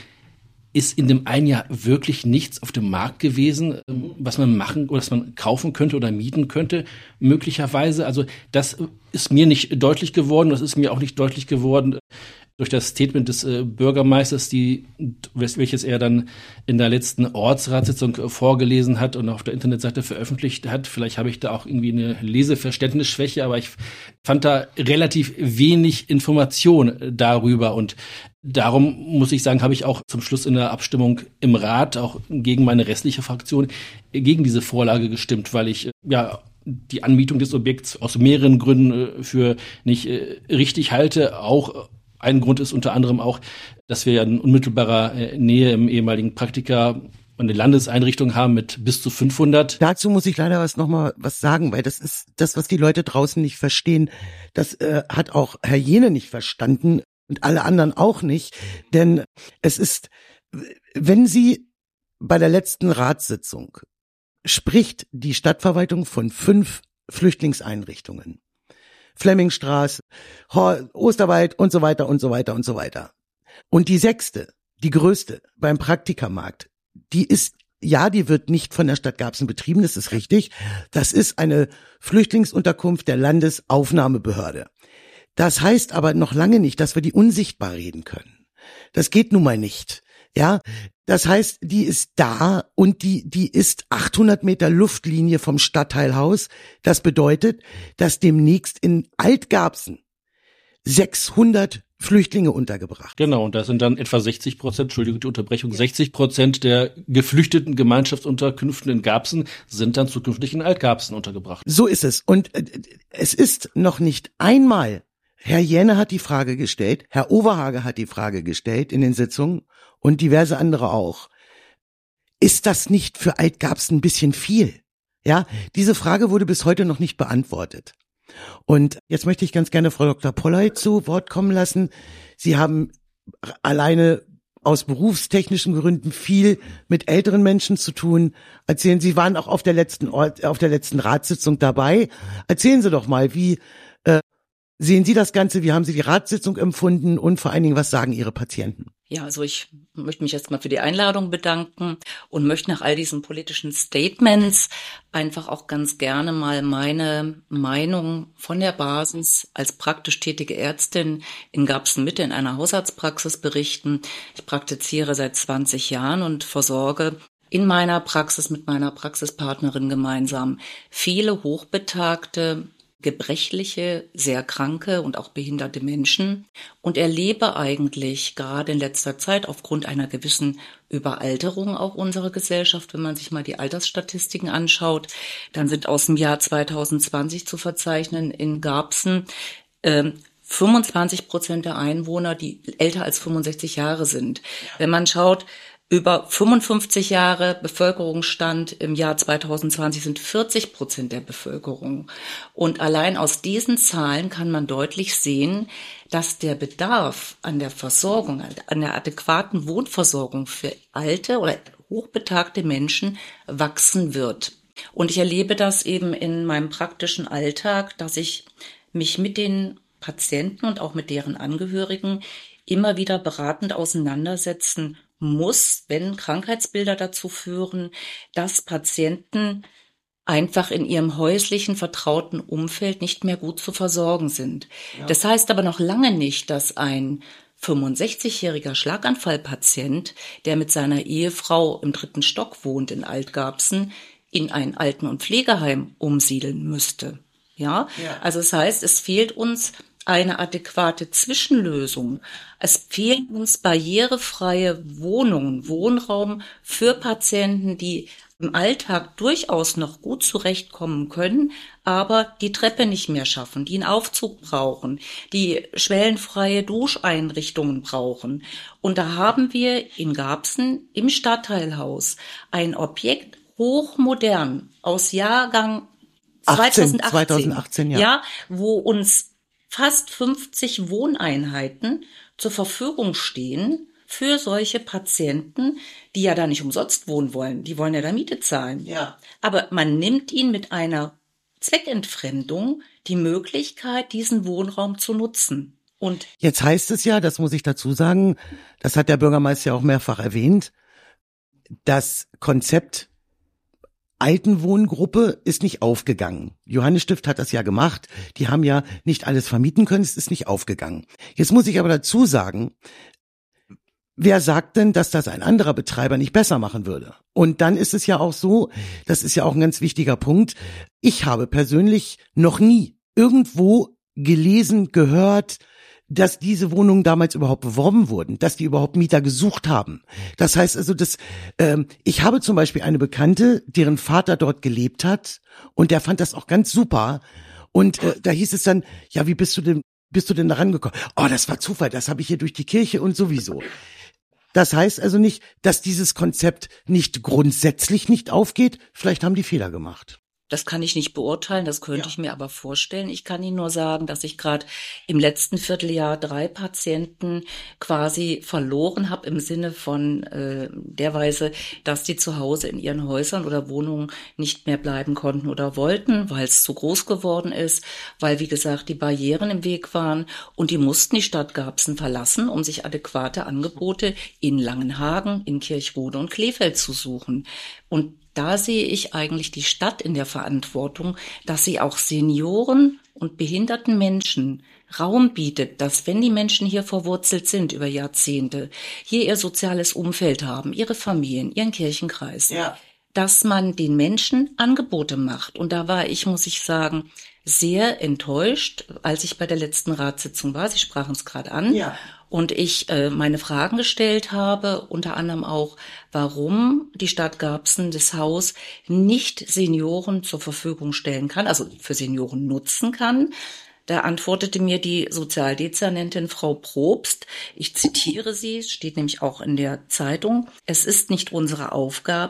ist in dem einen Jahr wirklich nichts auf dem Markt gewesen, was man machen oder was man kaufen könnte oder mieten könnte, möglicherweise. Also das ist mir nicht deutlich geworden, das ist mir auch nicht deutlich geworden durch das Statement des äh, Bürgermeisters, die, welches er dann in der letzten Ortsratssitzung vorgelesen hat und auf der Internetseite veröffentlicht hat. Vielleicht habe ich da auch irgendwie eine Leseverständnisschwäche, aber ich fand da relativ wenig Information darüber und darum muss ich sagen, habe ich auch zum Schluss in der Abstimmung im Rat auch gegen meine restliche Fraktion gegen diese Vorlage gestimmt, weil ich ja die Anmietung des Objekts aus mehreren Gründen für nicht äh, richtig halte. Auch ein Grund ist unter anderem auch, dass wir ja in unmittelbarer äh, Nähe im ehemaligen Praktika eine Landeseinrichtung haben mit bis zu fünfhundert. Dazu muss ich leider was noch mal was sagen, weil das ist das, was die Leute draußen nicht verstehen. Das äh, hat auch Herr Jene nicht verstanden und alle anderen auch nicht. Denn es ist, wenn Sie bei der letzten Ratssitzung spricht die Stadtverwaltung von fünf Flüchtlingseinrichtungen. Flemmingstraße, Osterwald und so weiter und so weiter und so weiter. Und die sechste, die größte beim Praktikamarkt, die ist, ja, die wird nicht von der Stadt Garbsen betrieben, das ist richtig. Das ist eine Flüchtlingsunterkunft der Landesaufnahmebehörde. Das heißt aber noch lange nicht, dass wir die unsichtbar reden können. Das geht nun mal nicht. Ja, das heißt, die ist da und die, die ist achthundert Meter Luftlinie vom Stadtteilhaus. Das bedeutet, dass demnächst in Altgarbsen sechshundert Flüchtlinge untergebracht. Genau, und das sind dann etwa sechzig Prozent, Entschuldigung, die Unterbrechung, sechzig Prozent der geflüchteten Gemeinschaftsunterkünften in Garbsen sind dann zukünftig in Altgarbsen untergebracht. So ist es. Und äh, es ist noch nicht einmal, Herr Jäne hat die Frage gestellt, Herr Overhage hat die Frage gestellt in den Sitzungen, und diverse andere auch. Ist das nicht für Altgarbsen ein bisschen viel? Ja, diese Frage wurde bis heute noch nicht beantwortet. Und jetzt möchte ich ganz gerne Frau Doktor Polley zu Wort kommen lassen. Sie haben alleine aus berufstechnischen Gründen viel mit älteren Menschen zu tun. Erzählen Sie, waren auch auf der letzten Ort, auf der letzten Ratssitzung dabei. Erzählen Sie doch mal, wie äh, sehen Sie das Ganze? Wie haben Sie die Ratssitzung empfunden? Und vor allen Dingen, was sagen Ihre Patienten? Ja, also ich möchte mich jetzt mal für die Einladung bedanken und möchte nach all diesen politischen Statements einfach auch ganz gerne mal meine Meinung von der Basis als praktisch tätige Ärztin in Garbsen-Mitte in einer Hausarztpraxis berichten. Ich praktiziere seit zwanzig Jahren und versorge in meiner Praxis mit meiner Praxispartnerin gemeinsam viele hochbetagte, gebrechliche, sehr kranke und auch behinderte Menschen und erlebe eigentlich gerade in letzter Zeit aufgrund einer gewissen Überalterung auch unserer Gesellschaft, wenn man sich mal die Altersstatistiken anschaut, dann sind aus dem Jahr zwanzig zwanzig zu verzeichnen in Garbsen äh, fünfundzwanzig Prozent der Einwohner, die älter als fünfundsechzig Jahre sind. Wenn man schaut, über fünfundfünfzig Jahre Bevölkerungsstand im Jahr zwanzig zwanzig sind vierzig Prozent der Bevölkerung. Und allein aus diesen Zahlen kann man deutlich sehen, dass der Bedarf an der Versorgung, an der adäquaten Wohnversorgung für alte oder hochbetagte Menschen wachsen wird. Und ich erlebe das eben in meinem praktischen Alltag, dass ich mich mit den Patienten und auch mit deren Angehörigen immer wieder beratend auseinandersetzen muss, wenn Krankheitsbilder dazu führen, dass Patienten einfach in ihrem häuslichen, vertrauten Umfeld nicht mehr gut zu versorgen sind. Ja. Das heißt aber noch lange nicht, dass ein fünfundsechzigjähriger Schlaganfallpatient, der mit seiner Ehefrau im dritten Stock wohnt in Altgarbsen, in ein Alten- und Pflegeheim umsiedeln müsste. Ja? Ja. Also das heißt, es fehlt uns eine adäquate Zwischenlösung. Es fehlen uns barrierefreie Wohnungen, Wohnraum für Patienten, die im Alltag durchaus noch gut zurechtkommen können, aber die Treppe nicht mehr schaffen, die einen Aufzug brauchen, die schwellenfreie Duscheinrichtungen brauchen. Und da haben wir in Garbsen im Stadtteilhaus ein Objekt hochmodern aus Jahrgang achtzehn, zwanzig achtzehn, ja. ja, wo uns fast fünfzig Wohneinheiten zur Verfügung stehen für solche Patienten, die ja da nicht umsonst wohnen wollen. Die wollen ja da Miete zahlen. Ja. Aber man nimmt ihnen mit einer Zweckentfremdung die Möglichkeit, diesen Wohnraum zu nutzen. Und jetzt heißt es ja, das muss ich dazu sagen, das hat der Bürgermeister ja auch mehrfach erwähnt, das Konzept Altenwohngruppe ist nicht aufgegangen. Johannesstift hat das ja gemacht. Die haben ja nicht alles vermieten können. Es ist nicht aufgegangen. Jetzt muss ich aber dazu sagen, wer sagt denn, dass das ein anderer Betreiber nicht besser machen würde? Und dann ist es ja auch so, das ist ja auch ein ganz wichtiger Punkt. Ich habe persönlich noch nie irgendwo gelesen, gehört, dass diese Wohnungen damals überhaupt beworben wurden, dass die überhaupt Mieter gesucht haben. Das heißt also, dass ähm, ich habe zum Beispiel eine Bekannte, deren Vater dort gelebt hat und der fand das auch ganz super. Und äh, da hieß es dann, ja, wie bist du denn, bist du denn da rangekommen? Oh, das war Zufall, das habe ich hier durch die Kirche und sowieso. Das heißt also nicht, dass dieses Konzept nicht grundsätzlich nicht aufgeht. Vielleicht haben die Fehler gemacht. Das kann ich nicht beurteilen, das könnte ja. ich mir aber vorstellen. Ich kann Ihnen nur sagen, dass ich gerade im letzten Vierteljahr drei Patienten quasi verloren habe im Sinne von äh, der Weise, dass die zu Hause in ihren Häusern oder Wohnungen nicht mehr bleiben konnten oder wollten, weil es zu groß geworden ist, weil, wie gesagt, die Barrieren im Weg waren und die mussten die Stadt Garbsen verlassen, um sich adäquate Angebote in Langenhagen, in Kirchrode und Kleefeld zu suchen. Und da sehe ich eigentlich die Stadt in der Verantwortung, dass sie auch Senioren und behinderten Menschen Raum bietet, dass wenn die Menschen hier verwurzelt sind über Jahrzehnte, hier ihr soziales Umfeld haben, ihre Familien, ihren Kirchenkreis, ja. dass man den Menschen Angebote macht. Und da war ich, muss ich sagen, sehr enttäuscht, als ich bei der letzten Ratssitzung war. Sie sprachen es gerade an. Ja. Und ich äh, meine Fragen gestellt habe, unter anderem auch, warum die Stadt Garbsen das Haus nicht Senioren zur Verfügung stellen kann, also für Senioren nutzen kann. Da antwortete mir die Sozialdezernentin Frau Probst, ich zitiere sie, es steht nämlich auch in der Zeitung, es ist nicht unsere Aufgabe,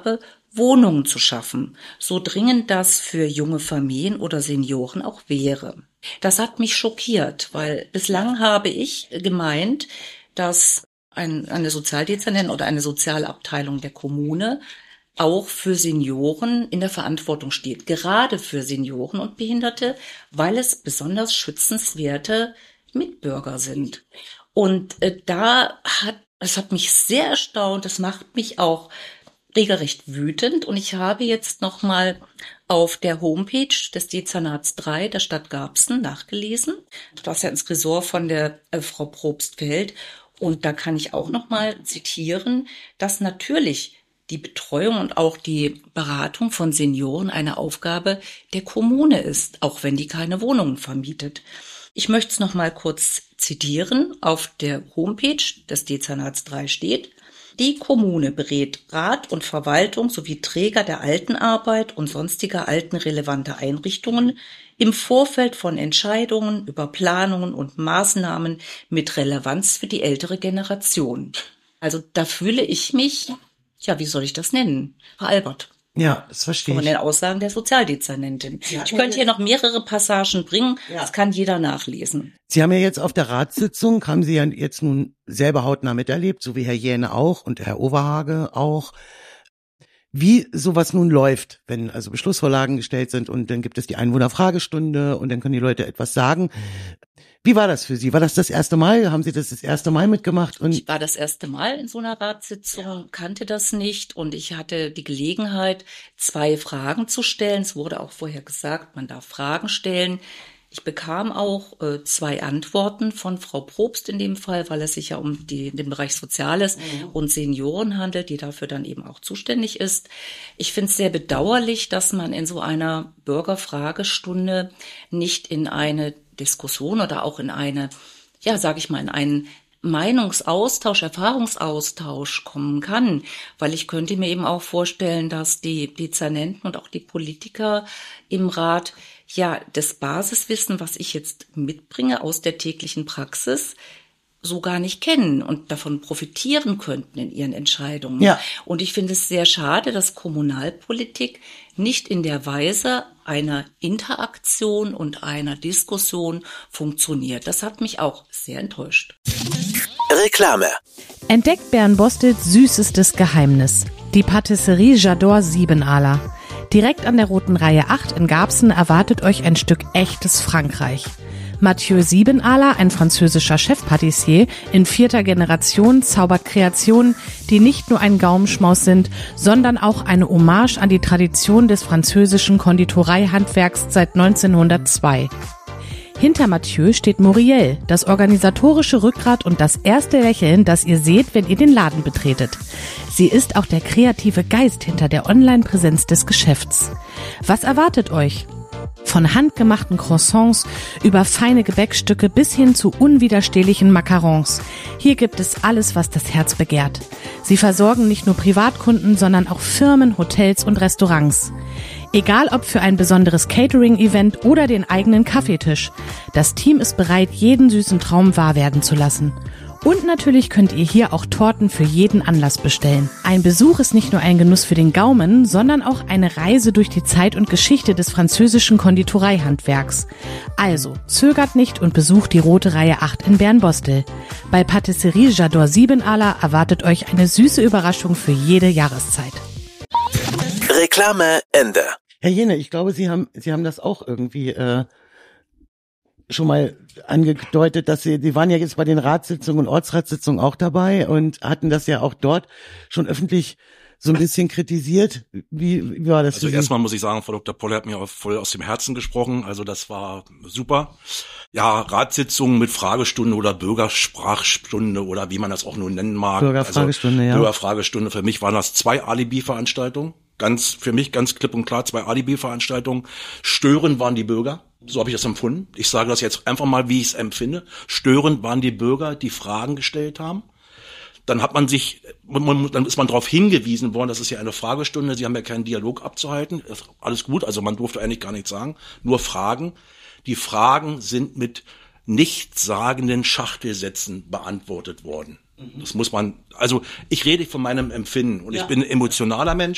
Wohnungen zu schaffen, so dringend das für junge Familien oder Senioren auch wäre. Das hat mich schockiert, weil bislang habe ich gemeint, dass ein, eine Sozialdezernentin oder eine Sozialabteilung der Kommune auch für Senioren in der Verantwortung steht, gerade für Senioren und Behinderte, weil es besonders schützenswerte Mitbürger sind. Und äh, da hat, es hat mich sehr erstaunt, das macht mich auch regelrecht wütend, und ich habe jetzt nochmal auf der Homepage des Dezernats drei der Stadt Garbsen nachgelesen, das ja ins Ressort von der äh, Frau Probst fällt, und da kann ich auch nochmal zitieren, dass natürlich die Betreuung und auch die Beratung von Senioren eine Aufgabe der Kommune ist, auch wenn die keine Wohnungen vermietet. Ich möchte es nochmal kurz zitieren. Auf der Homepage des Dezernats drei steht: Die Kommune berät Rat und Verwaltung sowie Träger der Altenarbeit und sonstiger altenrelevante Einrichtungen im Vorfeld von Entscheidungen über Planungen und Maßnahmen mit Relevanz für die ältere Generation. Also da fühle ich mich, ja, wie soll ich das nennen? Veralbert. Ja, das verstehe ich. Von den Aussagen der Sozialdezernentin. Ja, ich könnte hier noch mehrere Passagen bringen, ja. Das kann jeder nachlesen. Sie haben ja jetzt auf der Ratssitzung, haben Sie ja jetzt nun selber hautnah miterlebt, so wie Herr Jähne auch und Herr Overhage auch, wie sowas nun läuft, wenn also Beschlussvorlagen gestellt sind und dann gibt es die Einwohnerfragestunde und dann können die Leute etwas sagen. Wie war das für Sie? War das das erste Mal? Haben Sie das das erste Mal mitgemacht? Und ich war das erste Mal in so einer Ratssitzung, kannte das nicht, und ich hatte die Gelegenheit, zwei Fragen zu stellen. Es wurde auch vorher gesagt, man darf Fragen stellen. Ich bekam auch äh, zwei Antworten von Frau Probst in dem Fall, weil es sich ja um die, den Bereich Soziales mhm. und Senioren handelt, die dafür dann eben auch zuständig ist. Ich finde es sehr bedauerlich, dass man in so einer Bürgerfragestunde nicht in eine Diskussion oder auch in eine, ja, sag ich mal, in einen Meinungsaustausch, Erfahrungsaustausch kommen kann, weil ich könnte mir eben auch vorstellen, dass die Dezernenten und auch die Politiker im Rat ja das Basiswissen, was ich jetzt mitbringe aus der täglichen Praxis, so gar nicht kennen und davon profitieren könnten in ihren Entscheidungen. Ja. Und ich finde es sehr schade, dass Kommunalpolitik nicht in der Weise einer Interaktion und einer Diskussion funktioniert. Das hat mich auch sehr enttäuscht. Reklame. Entdeckt Bernbostels süßestes Geheimnis. Die Patisserie J'adore Siebenaler. Direkt an der Roten Reihe acht in Garbsen erwartet euch ein Stück echtes Frankreich. Mathieu Siebenaler, ein französischer Chefpatissier in vierter Generation, zaubert Kreationen, die nicht nur ein Gaumenschmaus sind, sondern auch eine Hommage an die Tradition des französischen Konditoreihandwerks seit neunzehnhundertzwei. Hinter Mathieu steht Muriel, das organisatorische Rückgrat und das erste Lächeln, das ihr seht, wenn ihr den Laden betretet. Sie ist auch der kreative Geist hinter der Online-Präsenz des Geschäfts. Was erwartet euch? Von handgemachten Croissants über feine Gebäckstücke bis hin zu unwiderstehlichen Macarons. Hier gibt es alles, was das Herz begehrt. Sie versorgen nicht nur Privatkunden, sondern auch Firmen, Hotels und Restaurants. Egal ob für ein besonderes Catering-Event oder den eigenen Kaffeetisch. Das Team ist bereit, jeden süßen Traum wahr werden zu lassen. Und natürlich könnt ihr hier auch Torten für jeden Anlass bestellen. Ein Besuch ist nicht nur ein Genuss für den Gaumen, sondern auch eine Reise durch die Zeit und Geschichte des französischen Konditoreihandwerks. Also, zögert nicht und besucht die Rote Reihe acht in Bernbostel. Bei Patisserie J'adore Siebenaler erwartet euch eine süße Überraschung für jede Jahreszeit. Reklame Ende. Herr Jähne, ich glaube, Sie haben, Sie haben das auch irgendwie äh, schon mal angedeutet, dass Sie, Sie waren ja jetzt bei den Ratssitzungen und Ortsratssitzungen auch dabei und hatten das ja auch dort schon öffentlich so ein bisschen kritisiert. Wie, wie war das? Also erstmal muss ich sagen, Frau Doktor Polle hat mir auch voll aus dem Herzen gesprochen. Also das war super. Ja, Ratssitzungen mit Fragestunde oder Bürgersprachstunde oder wie man das auch nur nennen mag. Bürgerfragestunde, also, ja. Bürgerfragestunde. Für mich waren das zwei Alibi-Veranstaltungen. Ganz, für mich ganz klipp und klar zwei Alibi-Veranstaltungen. Störend waren die Bürger. So habe ich das empfunden. Ich sage das jetzt einfach mal, wie ich es empfinde. Störend waren die Bürger, die Fragen gestellt haben. Dann hat man sich, man, dann ist man darauf hingewiesen worden, das ist ja eine Fragestunde, Sie haben ja keinen Dialog abzuhalten. Alles gut, also man durfte eigentlich gar nichts sagen, nur Fragen. Die Fragen sind mit nichtssagenden Schachtelsätzen beantwortet worden. Das muss man, also ich rede von meinem Empfinden und ja. Ich bin ein emotionaler Mensch.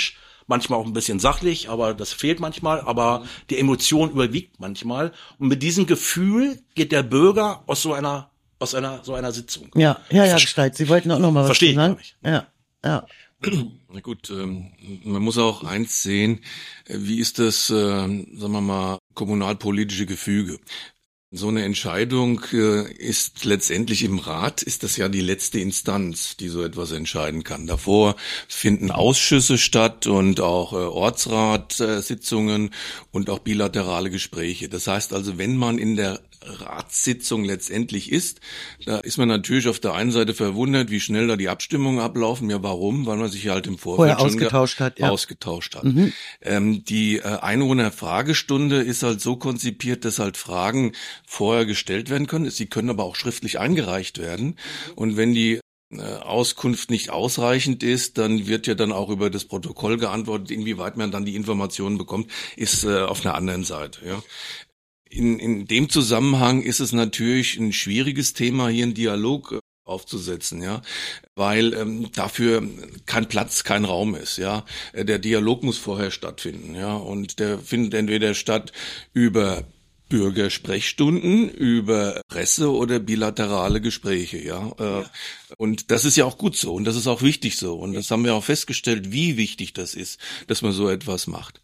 manchmal auch ein bisschen sachlich, aber das fehlt manchmal, aber die Emotion überwiegt manchmal. Und mit diesem Gefühl geht der Bürger aus so einer, aus einer, so einer Sitzung. Ja, ja, ja, Gestalt. Sie wollten auch noch mal was Verstehe sagen. ich Ja, ja. Na gut, ähm, man muss auch eins sehen, wie ist das, äh, sagen wir mal, kommunalpolitische Gefüge? So eine Entscheidung äh, ist letztendlich im Rat, ist das ja die letzte Instanz, die so etwas entscheiden kann. Davor finden Ausschüsse statt und auch äh, Ortsratssitzungen und auch bilaterale Gespräche. Das heißt also, wenn man in der Ratssitzung letztendlich ist, da ist man natürlich auf der einen Seite verwundert, wie schnell da die Abstimmungen ablaufen. Ja, warum? Weil man sich halt im Vorfeld Vorher ausgetauscht schon hat. Ja. ausgetauscht hat. Mhm. Ähm, die äh, Einwohnerfragestunde ist halt so konzipiert, dass halt Fragen vorher gestellt werden können. Sie können aber auch schriftlich eingereicht werden. Und wenn die äh, Auskunft nicht ausreichend ist, dann wird ja dann auch über das Protokoll geantwortet. Inwieweit man dann die Informationen bekommt, ist äh, auf einer anderen Seite. Ja. In, in dem Zusammenhang ist es natürlich ein schwieriges Thema, hier einen Dialog aufzusetzen, ja, weil ähm, dafür kein Platz, kein Raum ist, ja. Der Dialog muss vorher stattfinden, ja, und der findet entweder statt über Bürgersprechstunden, über Presse oder bilaterale Gespräche, ja. ja. Und das ist ja auch gut so und das ist auch wichtig so und das haben wir auch festgestellt, wie wichtig das ist, dass man so etwas macht.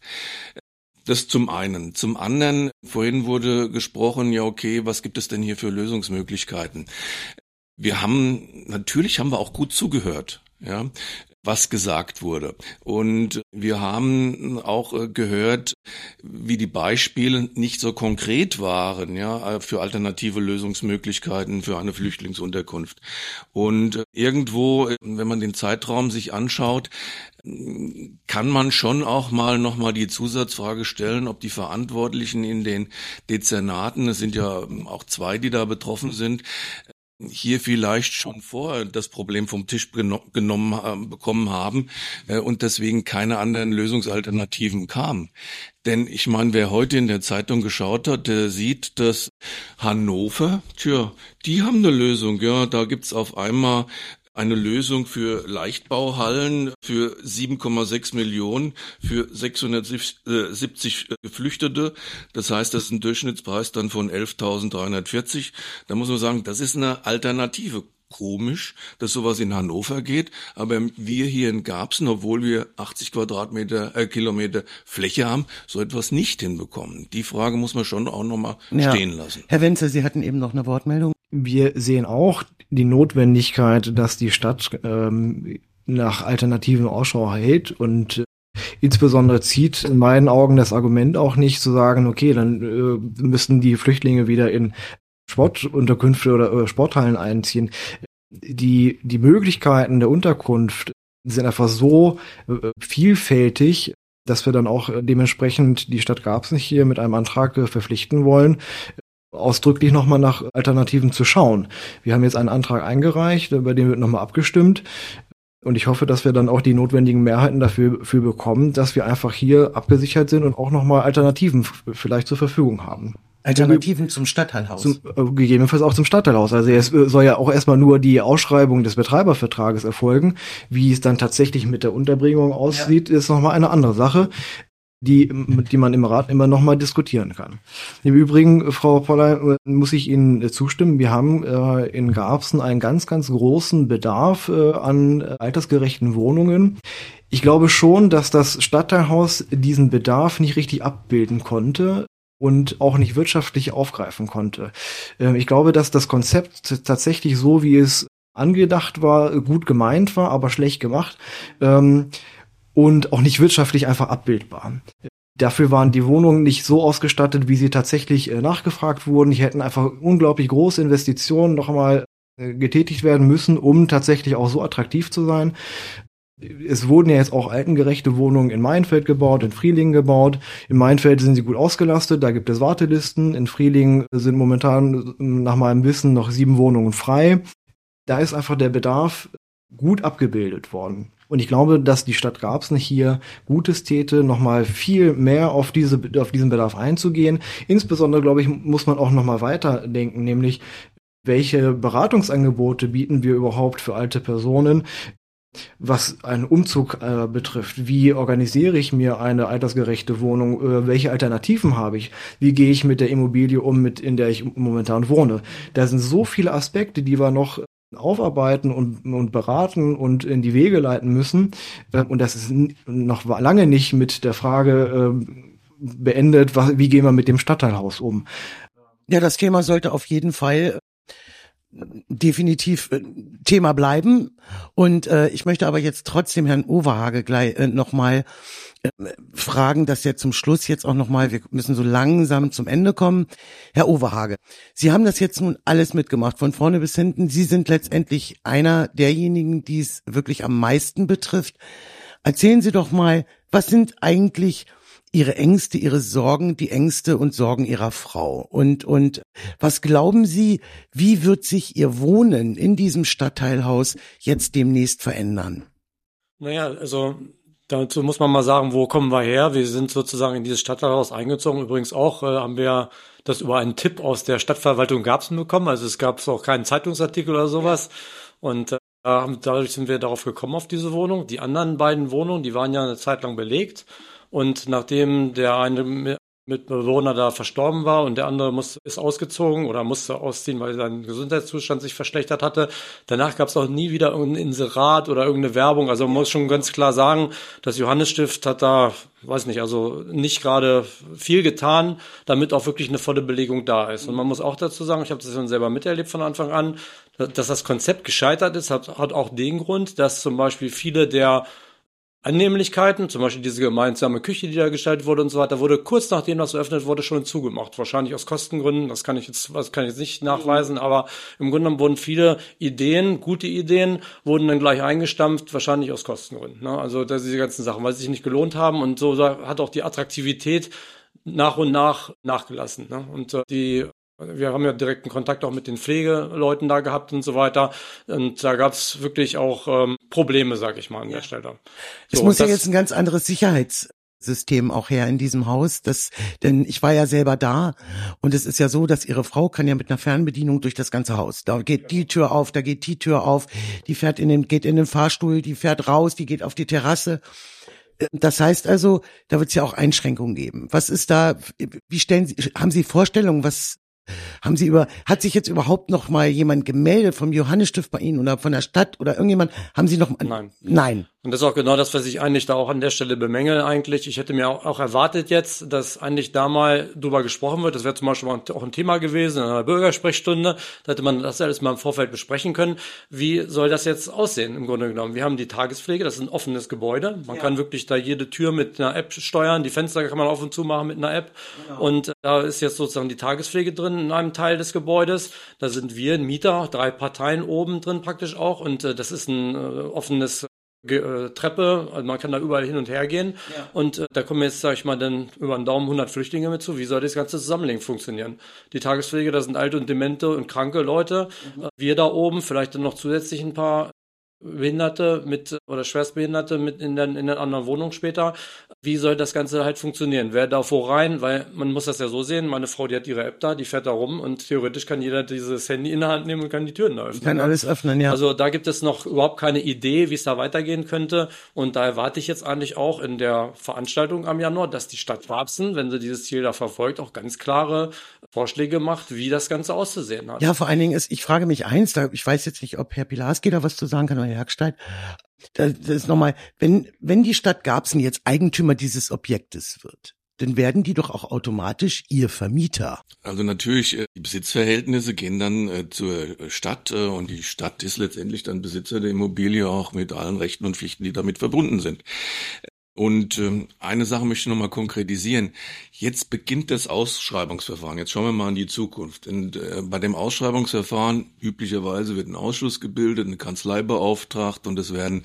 Das zum einen. Zum anderen, vorhin wurde gesprochen, ja okay, was gibt es denn hier für Lösungsmöglichkeiten? Wir haben, natürlich haben wir auch gut zugehört, ja, was gesagt wurde. Und wir haben auch gehört, wie die Beispiele nicht so konkret waren, ja, für alternative Lösungsmöglichkeiten für eine Flüchtlingsunterkunft. Und irgendwo, wenn man den Zeitraum sich anschaut, kann man schon auch mal nochmal die Zusatzfrage stellen, ob die Verantwortlichen in den Dezernaten, es sind ja auch zwei, die da betroffen sind, hier vielleicht schon vorher das Problem vom Tisch geno- genommen äh, bekommen haben äh, und deswegen keine anderen Lösungsalternativen kamen. Denn ich meine, wer heute in der Zeitung geschaut hat, der sieht, dass Hannover, tja, die haben eine Lösung, ja, da gibt's auf einmal eine Lösung für Leichtbauhallen für sieben Komma sechs Millionen für sechshundertsiebzig Geflüchtete. Das heißt, das ist ein Durchschnittspreis dann von elftausenddreihundertvierzig. Da muss man sagen, das ist eine Alternative. Komisch, dass sowas in Hannover geht, aber wir hier in Garbsen, obwohl wir achtzig Quadratmeter, äh, Kilometer Fläche haben, so etwas nicht hinbekommen. Die Frage muss man schon auch nochmal ja. stehen lassen. Herr Wenzel, Sie hatten eben noch eine Wortmeldung. Wir sehen auch die Notwendigkeit, dass die Stadt ähm, nach alternativen Ausschau hält und äh, insbesondere zieht in meinen Augen das Argument auch nicht zu sagen, okay, dann äh, müssen die Flüchtlinge wieder in Sportunterkünfte oder, oder Sporthallen einziehen. Die, die Möglichkeiten der Unterkunft sind einfach so äh, vielfältig, dass wir dann auch dementsprechend die Stadt Garbsen hier mit einem Antrag äh, verpflichten wollen, ausdrücklich nochmal nach Alternativen zu schauen. Wir haben jetzt einen Antrag eingereicht, über den wird nochmal abgestimmt. Und ich hoffe, dass wir dann auch die notwendigen Mehrheiten dafür für bekommen, dass wir einfach hier abgesichert sind und auch nochmal Alternativen f- vielleicht zur Verfügung haben. Alternativen zum Stadtteilhaus. Zum, äh, gegebenenfalls auch zum Stadtteilhaus. Also es äh, soll ja auch erstmal nur die Ausschreibung des Betreibervertrages erfolgen. Wie es dann tatsächlich mit der Unterbringung aussieht, ja. ist nochmal eine andere Sache, die, die man im Rat immer nochmal diskutieren kann. Im Übrigen, Frau Poller, muss ich Ihnen äh, zustimmen. Wir haben äh, in Garbsen einen ganz, ganz großen Bedarf äh, an äh, altersgerechten Wohnungen. Ich glaube schon, dass das Stadtteilhaus diesen Bedarf nicht richtig abbilden konnte und auch nicht wirtschaftlich aufgreifen konnte. Ich glaube, dass das Konzept tatsächlich so, wie es angedacht war, gut gemeint war, aber schlecht gemacht und auch nicht wirtschaftlich einfach abbildbar. Dafür waren die Wohnungen nicht so ausgestattet, wie sie tatsächlich nachgefragt wurden. Die hätten einfach unglaublich große Investitionen noch einmal getätigt werden müssen, um tatsächlich auch so attraktiv zu sein. Es wurden ja jetzt auch altengerechte Wohnungen in Maienfeld gebaut, in Frielingen gebaut. In Maienfeld sind sie gut ausgelastet, da gibt es Wartelisten. In Frielingen sind momentan nach meinem Wissen noch sieben Wohnungen frei. Da ist einfach der Bedarf gut abgebildet worden. Und ich glaube, dass die Stadt Garbsen hier Gutes täte, nochmal viel mehr auf diese, auf diesen Bedarf einzugehen. Insbesondere, glaube ich, muss man auch nochmal weiterdenken, nämlich welche Beratungsangebote bieten wir überhaupt für alte Personen? was einen Umzug äh, betrifft. Wie organisiere ich mir eine altersgerechte Wohnung? Äh, welche Alternativen habe ich? Wie gehe ich mit der Immobilie um, mit in der ich momentan wohne? Da sind so viele Aspekte, die wir noch aufarbeiten und, und beraten und in die Wege leiten müssen. Äh, und das ist noch lange nicht mit der Frage äh, beendet, was, wie gehen wir mit dem Stadtteilhaus um? Ja, das Thema sollte auf jeden Fall definitiv äh, Thema bleiben. Und äh, ich möchte aber jetzt trotzdem Herrn Overhage gleich äh, nochmal äh, fragen, dass er zum Schluss jetzt auch nochmal, wir müssen so langsam zum Ende kommen. Herr Overhage, Sie haben das jetzt nun alles mitgemacht, von vorne bis hinten. Sie sind letztendlich einer derjenigen, die es wirklich am meisten betrifft. Erzählen Sie doch mal, was sind eigentlich Ihre Ängste, Ihre Sorgen, die Ängste und Sorgen Ihrer Frau? Und, und was glauben Sie, wie wird sich Ihr Wohnen in diesem Stadtteilhaus jetzt demnächst verändern? Naja, also dazu muss man mal sagen, wo kommen wir her? Wir sind sozusagen in dieses Stadtteilhaus eingezogen. Übrigens auch äh, haben wir das über einen Tipp aus der Stadtverwaltung Garbsen bekommen. Also es gab auch keinen Zeitungsartikel oder sowas. Und äh, dadurch sind wir darauf gekommen, auf diese Wohnung. Die anderen beiden Wohnungen, die waren ja eine Zeit lang belegt. Und nachdem der eine Mitbewohner da verstorben war und der andere muss, ist ausgezogen oder musste ausziehen, weil sein Gesundheitszustand sich verschlechtert hatte, danach gab es auch nie wieder irgendein Inserat oder irgendeine Werbung. Also man muss schon ganz klar sagen, das Johannesstift hat da, weiß nicht, also nicht gerade viel getan, damit auch wirklich eine volle Belegung da ist. Und man muss auch dazu sagen, ich habe das schon selber miterlebt von Anfang an, dass das Konzept gescheitert ist, hat, hat auch den Grund, dass zum Beispiel viele der Annehmlichkeiten, zum Beispiel diese gemeinsame Küche, die da gestaltet wurde und so weiter, wurde kurz nachdem das eröffnet wurde schon zugemacht. Wahrscheinlich aus Kostengründen, das kann ich jetzt, das kann ich jetzt nicht nachweisen, aber im Grunde genommen wurden viele Ideen, gute Ideen, wurden dann gleich eingestampft, wahrscheinlich aus Kostengründen. Ne? Also das diese ganzen Sachen, weil sie sich nicht gelohnt haben und so hat auch die Attraktivität nach und nach nachgelassen. Ne? Und äh, die Wir haben ja direkten Kontakt auch mit den Pflegeleuten da gehabt und so weiter. Und da gab es wirklich auch ähm, Probleme, sag ich mal, an ja. der Stelle. So, es muss ja jetzt ein ganz anderes Sicherheitssystem auch her in diesem Haus. Das, denn ich war ja selber da und es ist ja so, dass Ihre Frau kann ja mit einer Fernbedienung durch das ganze Haus. Da geht die Tür auf, da geht die Tür auf, die fährt in den, geht in den Fahrstuhl, die fährt raus, die geht auf die Terrasse. Das heißt also, da wird es ja auch Einschränkungen geben. Was ist da, wie stellen Sie, haben Sie Vorstellungen, was Haben Sie über, hat sich jetzt überhaupt noch mal jemand gemeldet vom Johannesstift bei Ihnen oder von der Stadt oder irgendjemand? Haben Sie noch? Nein. Nein. Und das ist auch genau das, was ich eigentlich da auch an der Stelle bemängel eigentlich. Ich hätte mir auch, auch erwartet jetzt, dass eigentlich da mal drüber gesprochen wird. Das wäre zum Beispiel auch ein Thema gewesen in einer Bürgersprechstunde. Da hätte man das alles mal im Vorfeld besprechen können. Wie soll das jetzt aussehen im Grunde genommen? Wir haben die Tagespflege, das ist ein offenes Gebäude. Man ja. kann wirklich da jede Tür mit einer App steuern. Die Fenster kann man auf und zu machen mit einer App. Genau. Und da ist jetzt sozusagen die Tagespflege drin in einem Teil des Gebäudes. Da sind wir, ein Mieter, drei Parteien oben drin praktisch auch. Und äh, das ist ein äh, offenes Ge- Treppe, also man kann da überall hin und her gehen ja. und äh, da kommen jetzt, sag ich mal, dann über den Daumen hundert Flüchtlinge mit zu. Wie soll das ganze Zusammenleben funktionieren? Die Tagespflege, da sind alte und demente und kranke Leute. Mhm. Äh, wir da oben, vielleicht dann noch zusätzlich ein paar Behinderte mit oder Schwerstbehinderte mit in den, in den anderen Wohnungen später. Wie soll das Ganze halt funktionieren? Wer da wo rein? Weil man muss das ja so sehen, meine Frau, die hat ihre App da, die fährt da rum und theoretisch kann jeder dieses Handy in der Hand nehmen und kann die Türen da öffnen. Kann alles öffnen, ja. Also da gibt es noch überhaupt keine Idee, wie es da weitergehen könnte. Und da erwarte ich jetzt eigentlich auch in der Veranstaltung am Januar, dass die Stadt Garbsen, wenn sie dieses Ziel da verfolgt, auch ganz klare Vorschläge macht, wie das Ganze auszusehen hat. Ja, vor allen Dingen ist, ich frage mich eins, da, ich weiß jetzt nicht, ob Herr Pilarski da was zu sagen kann oder Herr Hackstein. Das, das ist nochmal, wenn, wenn die Stadt Garbsen jetzt Eigentümer dieses Objektes wird, dann werden die doch auch automatisch ihr Vermieter. Also natürlich, die Besitzverhältnisse gehen dann äh, zur Stadt äh, und die Stadt ist letztendlich dann Besitzer der Immobilie auch mit allen Rechten und Pflichten, die damit verbunden sind. Und ähm, eine Sache möchte ich nochmal konkretisieren. Jetzt beginnt das Ausschreibungsverfahren. Jetzt schauen wir mal in die Zukunft. Und, äh, bei dem Ausschreibungsverfahren üblicherweise wird ein Ausschuss gebildet, eine Kanzlei beauftragt und es werden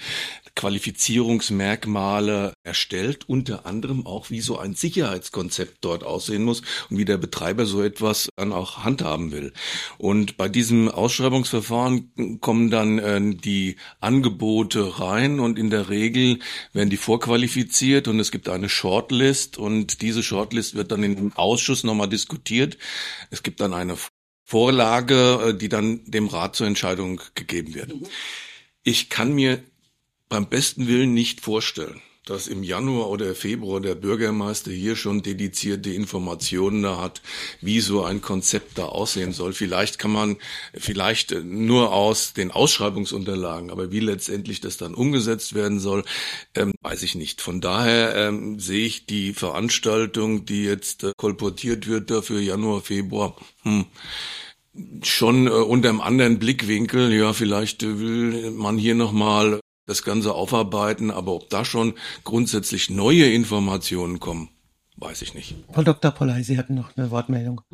Qualifizierungsmerkmale erstellt, unter anderem auch, wie so ein Sicherheitskonzept dort aussehen muss und wie der Betreiber so etwas dann auch handhaben will. Und bei diesem Ausschreibungsverfahren kommen dann äh, die Angebote rein und in der Regel werden die vorqualifiziert und es gibt eine Shortlist und diese Shortlist wird dann in dem Ausschuss nochmal diskutiert. Es gibt dann eine Vorlage, die dann dem Rat zur Entscheidung gegeben wird. Ich kann mir beim besten Willen nicht vorstellen, dass im Januar oder Februar der Bürgermeister hier schon dedizierte Informationen da hat, wie so ein Konzept da aussehen soll. Vielleicht kann man, vielleicht nur aus den Ausschreibungsunterlagen, aber wie letztendlich das dann umgesetzt werden soll, ähm, weiß ich nicht. Von daher ähm, sehe ich die Veranstaltung, die jetzt äh, kolportiert wird da für Januar, Februar, hm, schon äh, unter einem anderen Blickwinkel. Ja, vielleicht äh, will man hier nochmal das Ganze aufarbeiten, aber ob da schon grundsätzlich neue Informationen kommen, weiß ich nicht. Frau Doktor Polley, Sie hatten noch eine Wortmeldung.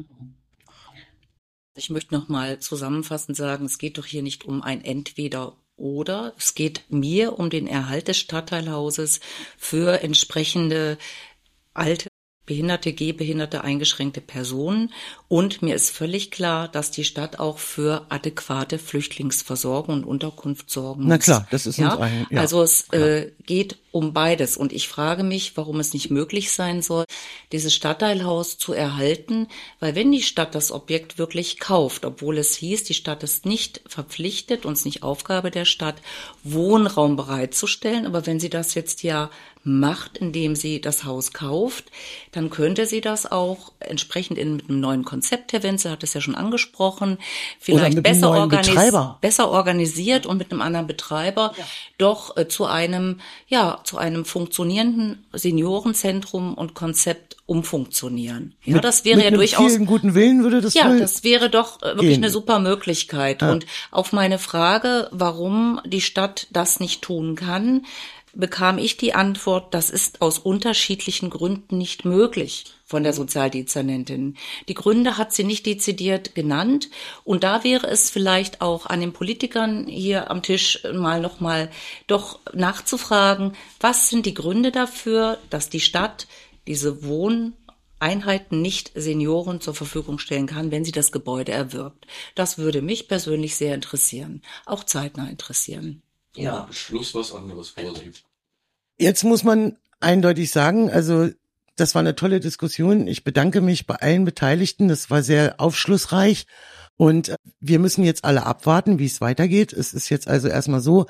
Ich möchte noch mal zusammenfassend sagen, es geht doch hier nicht um ein Entweder-Oder. Es geht mir um den Erhalt des Stadtteilhauses für entsprechende alte, behinderte, gehbehinderte, eingeschränkte Personen. Und mir ist völlig klar, dass die Stadt auch für adäquate Flüchtlingsversorgung und Unterkunft sorgen muss. Na klar, das ist ja? uns ein... Ja, also es äh, geht um beides. Und ich frage mich, warum es nicht möglich sein soll, dieses Stadtteilhaus zu erhalten. Weil wenn die Stadt das Objekt wirklich kauft, obwohl es hieß, die Stadt ist nicht verpflichtet, uns nicht Aufgabe der Stadt, Wohnraum bereitzustellen. Aber wenn sie das jetzt ja macht, indem sie das Haus kauft, dann könnte sie das auch entsprechend in, mit einem neuen Konzept, Herr Wenzel hat es ja schon angesprochen, vielleicht besser, organis- besser organisiert und mit einem anderen Betreiber ja. doch äh, zu einem, ja, zu einem funktionierenden Seniorenzentrum und Konzept umfunktionieren. Ja, mit, das wäre mit ja einem durchaus. Vielen guten Willen würde das Ja, das wäre doch äh, wirklich gehen. Eine super Möglichkeit. Ja. Und auf meine Frage, warum die Stadt das nicht tun kann, bekam ich die Antwort, das ist aus unterschiedlichen Gründen nicht möglich von der Sozialdezernentin. Die Gründe hat sie nicht dezidiert genannt und da wäre es vielleicht auch an den Politikern hier am Tisch mal noch mal doch nachzufragen, was sind die Gründe dafür, dass die Stadt diese Wohneinheiten nicht Senioren zur Verfügung stellen kann, wenn sie das Gebäude erwirbt. Das würde mich persönlich sehr interessieren, auch zeitnah interessieren. Ja, Beschluss was anderes vorsieht. Jetzt muss man eindeutig sagen, also das war eine tolle Diskussion. Ich bedanke mich bei allen Beteiligten. Das war sehr aufschlussreich. Und wir müssen jetzt alle abwarten, wie es weitergeht. Es ist jetzt also erstmal so,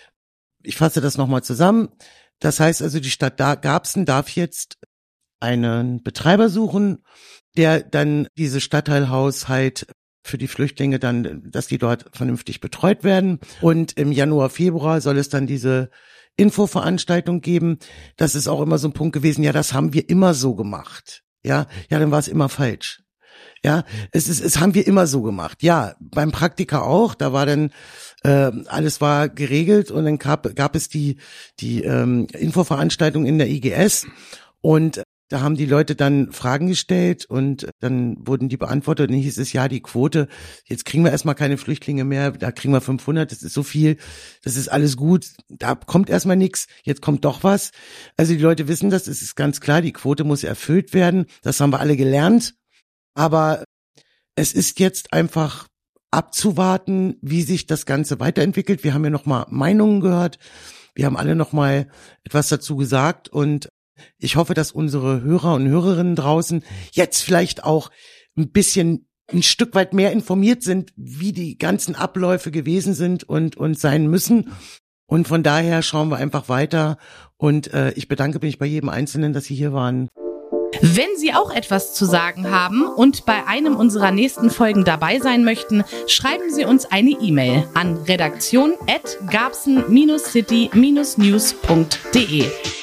ich fasse das nochmal zusammen. Das heißt also, die Stadt Garbsen darf jetzt einen Betreiber suchen, der dann dieses Stadtteilhaus halt für die Flüchtlinge dann, dass die dort vernünftig betreut werden. Und im Januar, Februar soll es dann diese Infoveranstaltung geben. Das ist auch immer so ein Punkt gewesen, ja, das haben wir immer so gemacht. Ja, ja, dann war es immer falsch. Ja, es ist, es haben wir immer so gemacht. Ja, beim Praktika auch, da war dann, äh, alles war geregelt und dann gab, gab es die, die ähm, Infoveranstaltung in der I G S und da haben die Leute dann Fragen gestellt und dann wurden die beantwortet und dann hieß es, ja, die Quote, jetzt kriegen wir erstmal keine Flüchtlinge mehr, da kriegen wir fünfhundert, das ist so viel, das ist alles gut, da kommt erstmal nichts, jetzt kommt doch was. Also die Leute wissen das, es ist ganz klar, die Quote muss erfüllt werden, das haben wir alle gelernt, aber es ist jetzt einfach abzuwarten, wie sich das Ganze weiterentwickelt. Wir haben ja nochmal Meinungen gehört, wir haben alle nochmal etwas dazu gesagt und ich hoffe, dass unsere Hörer und Hörerinnen draußen jetzt vielleicht auch ein bisschen, ein Stück weit mehr informiert sind, wie die ganzen Abläufe gewesen sind und, und sein müssen. Und von daher schauen wir einfach weiter. Und äh, ich bedanke mich bei jedem Einzelnen, dass Sie hier waren. Wenn Sie auch etwas zu sagen haben und bei einem unserer nächsten Folgen dabei sein möchten, schreiben Sie uns eine E-Mail an redaktion at garbsen city news punkt de.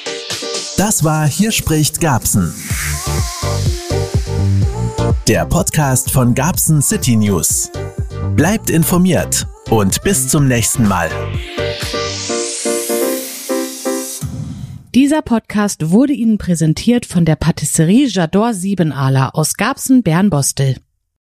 Das war Hier spricht Garbsen. Der Podcast von Garbsen City News. Bleibt informiert und bis zum nächsten Mal. Dieser Podcast wurde Ihnen präsentiert von der Patisserie J'adore Siebenaler aus Garbsen, Bern-Bostel.